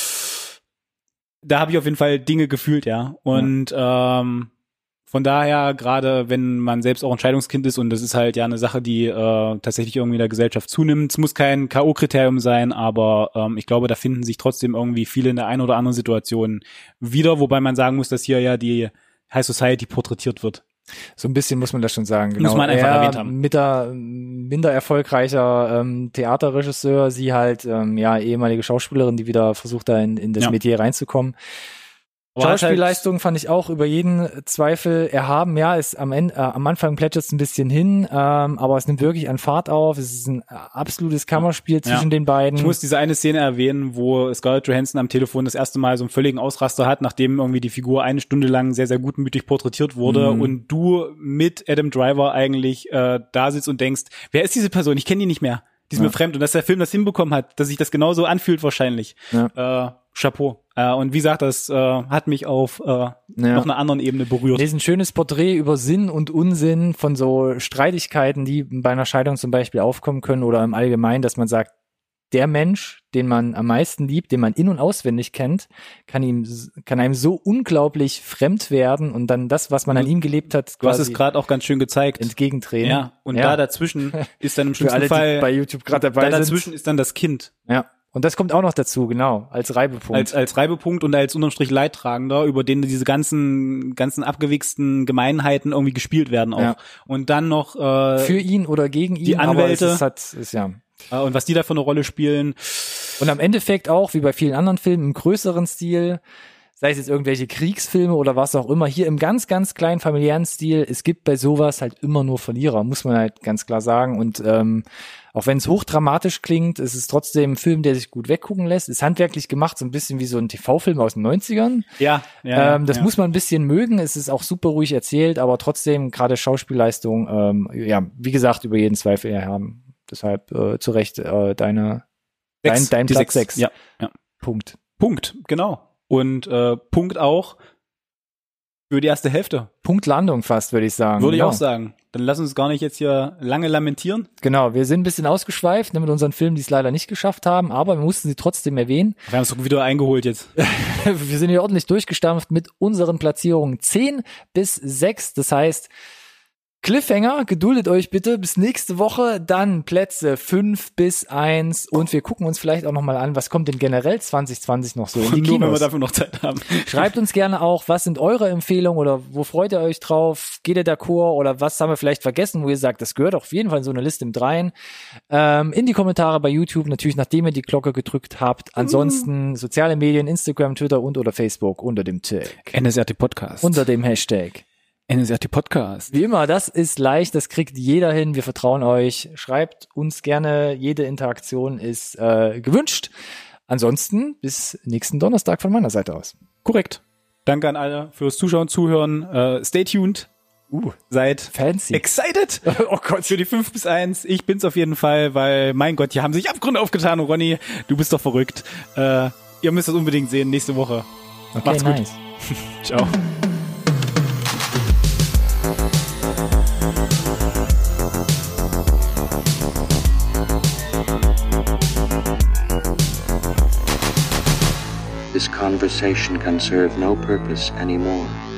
Speaker 2: da habe ich auf jeden Fall Dinge gefühlt, ja. Und ja. ähm Von daher, gerade wenn man selbst auch ein Scheidungskind ist und das ist halt ja eine Sache, die äh, tatsächlich irgendwie in der Gesellschaft zunimmt. Es muss kein K O-Kriterium sein, aber ähm, ich glaube, da finden sich trotzdem irgendwie viele in der einen oder anderen Situation wieder, wobei man sagen muss, dass hier ja die High Society porträtiert wird.
Speaker 1: So ein bisschen muss man das schon sagen. Genau.
Speaker 2: Muss man einfach
Speaker 1: er,
Speaker 2: erwähnt haben.
Speaker 1: Mit der minder erfolgreicher ähm, Theaterregisseur, sie halt ähm, ja ehemalige Schauspielerin, die wieder versucht, da in, in das
Speaker 2: ja.
Speaker 1: Metier reinzukommen. Schauspielleistung fand ich auch über jeden Zweifel erhaben. Ja, ist am Ende, äh, am Anfang plätschert es ein bisschen hin, ähm, aber es nimmt wirklich an Fahrt auf. Es ist ein absolutes Kammerspiel ja. zwischen den beiden.
Speaker 2: Ich muss diese eine Szene erwähnen, wo Scarlett Johansson am Telefon das erste Mal so einen völligen Ausraster hat, nachdem irgendwie die Figur eine Stunde lang sehr, sehr gutmütig porträtiert wurde mhm. und du mit Adam Driver eigentlich äh, da sitzt und denkst, wer ist diese Person? Ich kenne die nicht mehr. Die ist ja. mir fremd. Und dass der Film das hinbekommen hat, dass sich das genauso anfühlt wahrscheinlich. Ja. Äh, Chapeau. Äh, und wie gesagt, das äh, hat mich auf äh, ja. noch einer anderen Ebene berührt.
Speaker 1: Das ist ein schönes Porträt über Sinn und Unsinn von so Streitigkeiten, die bei einer Scheidung zum Beispiel aufkommen können oder im Allgemeinen, dass man sagt, der Mensch, den man am meisten liebt, den man in- und auswendig kennt, kann ihm, kann einem so unglaublich fremd werden und dann das, was man an ihm gelebt hat,
Speaker 2: du hast es gerade auch ganz schön gezeigt.
Speaker 1: Entgegentreten.
Speaker 2: Ja. Und
Speaker 1: ja.
Speaker 2: da dazwischen ist dann im schlimmsten
Speaker 1: alle,
Speaker 2: Fall
Speaker 1: die bei YouTube gerade dabei
Speaker 2: da dazwischen
Speaker 1: sind.
Speaker 2: ist dann das Kind.
Speaker 1: Ja. Und das kommt auch noch dazu, genau, als Reibepunkt.
Speaker 2: Als, als Reibepunkt und als unterm Strich Leidtragender, über den diese ganzen, ganzen abgewichsten Gemeinheiten irgendwie gespielt werden auch. Ja. Und dann noch, äh,
Speaker 1: für ihn oder gegen ihn,
Speaker 2: die Anwälte.
Speaker 1: Aber es ist, hat, ist ja.
Speaker 2: Und was die da für eine Rolle spielen.
Speaker 1: Und am Endeffekt auch, wie bei vielen anderen Filmen, im größeren Stil, sei es jetzt irgendwelche Kriegsfilme oder was auch immer, hier im ganz, ganz kleinen familiären Stil, es gibt bei sowas halt immer nur Verlierer, muss man halt ganz klar sagen. Und ähm, auch wenn es hochdramatisch klingt, es ist trotzdem ein Film, der sich gut weggucken lässt. Ist handwerklich gemacht, so ein bisschen wie so ein T V-Film aus den neunzigern.
Speaker 2: Ja, ja.
Speaker 1: Ähm, das
Speaker 2: ja.
Speaker 1: muss man ein bisschen mögen. Es ist auch super ruhig erzählt, aber trotzdem gerade Schauspielleistung, ähm, ja, wie gesagt, über jeden Zweifel erhaben. Deshalb äh, zu Recht äh, deine
Speaker 2: sechs,
Speaker 1: dein, dein Platz
Speaker 2: sechs.
Speaker 1: sechs.
Speaker 2: Ja, ja.
Speaker 1: Punkt.
Speaker 2: Punkt, genau. Und äh, Punkt auch für die erste Hälfte.
Speaker 1: Punktlandung fast, würde ich sagen.
Speaker 2: Würde
Speaker 1: genau.
Speaker 2: ich auch sagen. Dann lass uns gar nicht jetzt hier lange lamentieren.
Speaker 1: Genau, wir sind ein bisschen ausgeschweift ne, mit unseren Filmen, die es leider nicht geschafft haben, aber wir mussten sie trotzdem erwähnen.
Speaker 2: Wir haben es doch wieder eingeholt jetzt.
Speaker 1: Wir sind hier ordentlich durchgestampft mit unseren Platzierungen zehn bis sechs. Das heißt, Cliffhanger, geduldet euch bitte bis nächste Woche, dann Plätze fünf bis eins und wir gucken uns vielleicht auch nochmal an, was kommt denn generell zwanzig zwanzig noch so in die
Speaker 2: Nur,
Speaker 1: Kinos.
Speaker 2: wenn wir dafür noch Zeit haben.
Speaker 1: Schreibt uns gerne auch, was sind eure Empfehlungen oder wo freut ihr euch drauf? Geht ihr d'accord oder was haben wir vielleicht vergessen, wo ihr sagt, das gehört auf jeden Fall in so eine Liste mit rein. Ähm, in die Kommentare bei YouTube, natürlich nachdem ihr die Glocke gedrückt habt. Ansonsten mm. soziale Medien, Instagram, Twitter und oder Facebook unter dem Tag.
Speaker 2: N S R T Podcast.
Speaker 1: Unter dem Hashtag.
Speaker 2: N S R T Podcast.
Speaker 1: Wie immer, das ist leicht, das kriegt jeder hin. Wir vertrauen euch. Schreibt uns gerne, jede Interaktion ist äh, gewünscht. Ansonsten bis nächsten Donnerstag von meiner Seite aus.
Speaker 2: Korrekt. Danke an alle fürs Zuschauen, Zuhören. Uh, stay tuned. Uh, seid
Speaker 1: fancy.
Speaker 2: Excited. Oh Gott, für die fünf bis eins. Ich bin's auf jeden Fall, weil, mein Gott, hier haben sich Abgründe aufgetan. Und Ronny, du bist doch verrückt. Uh, ihr müsst das unbedingt sehen nächste Woche.
Speaker 1: Okay,
Speaker 2: Macht's gut.
Speaker 1: Nice.
Speaker 2: Ciao.
Speaker 3: This conversation can serve no purpose anymore.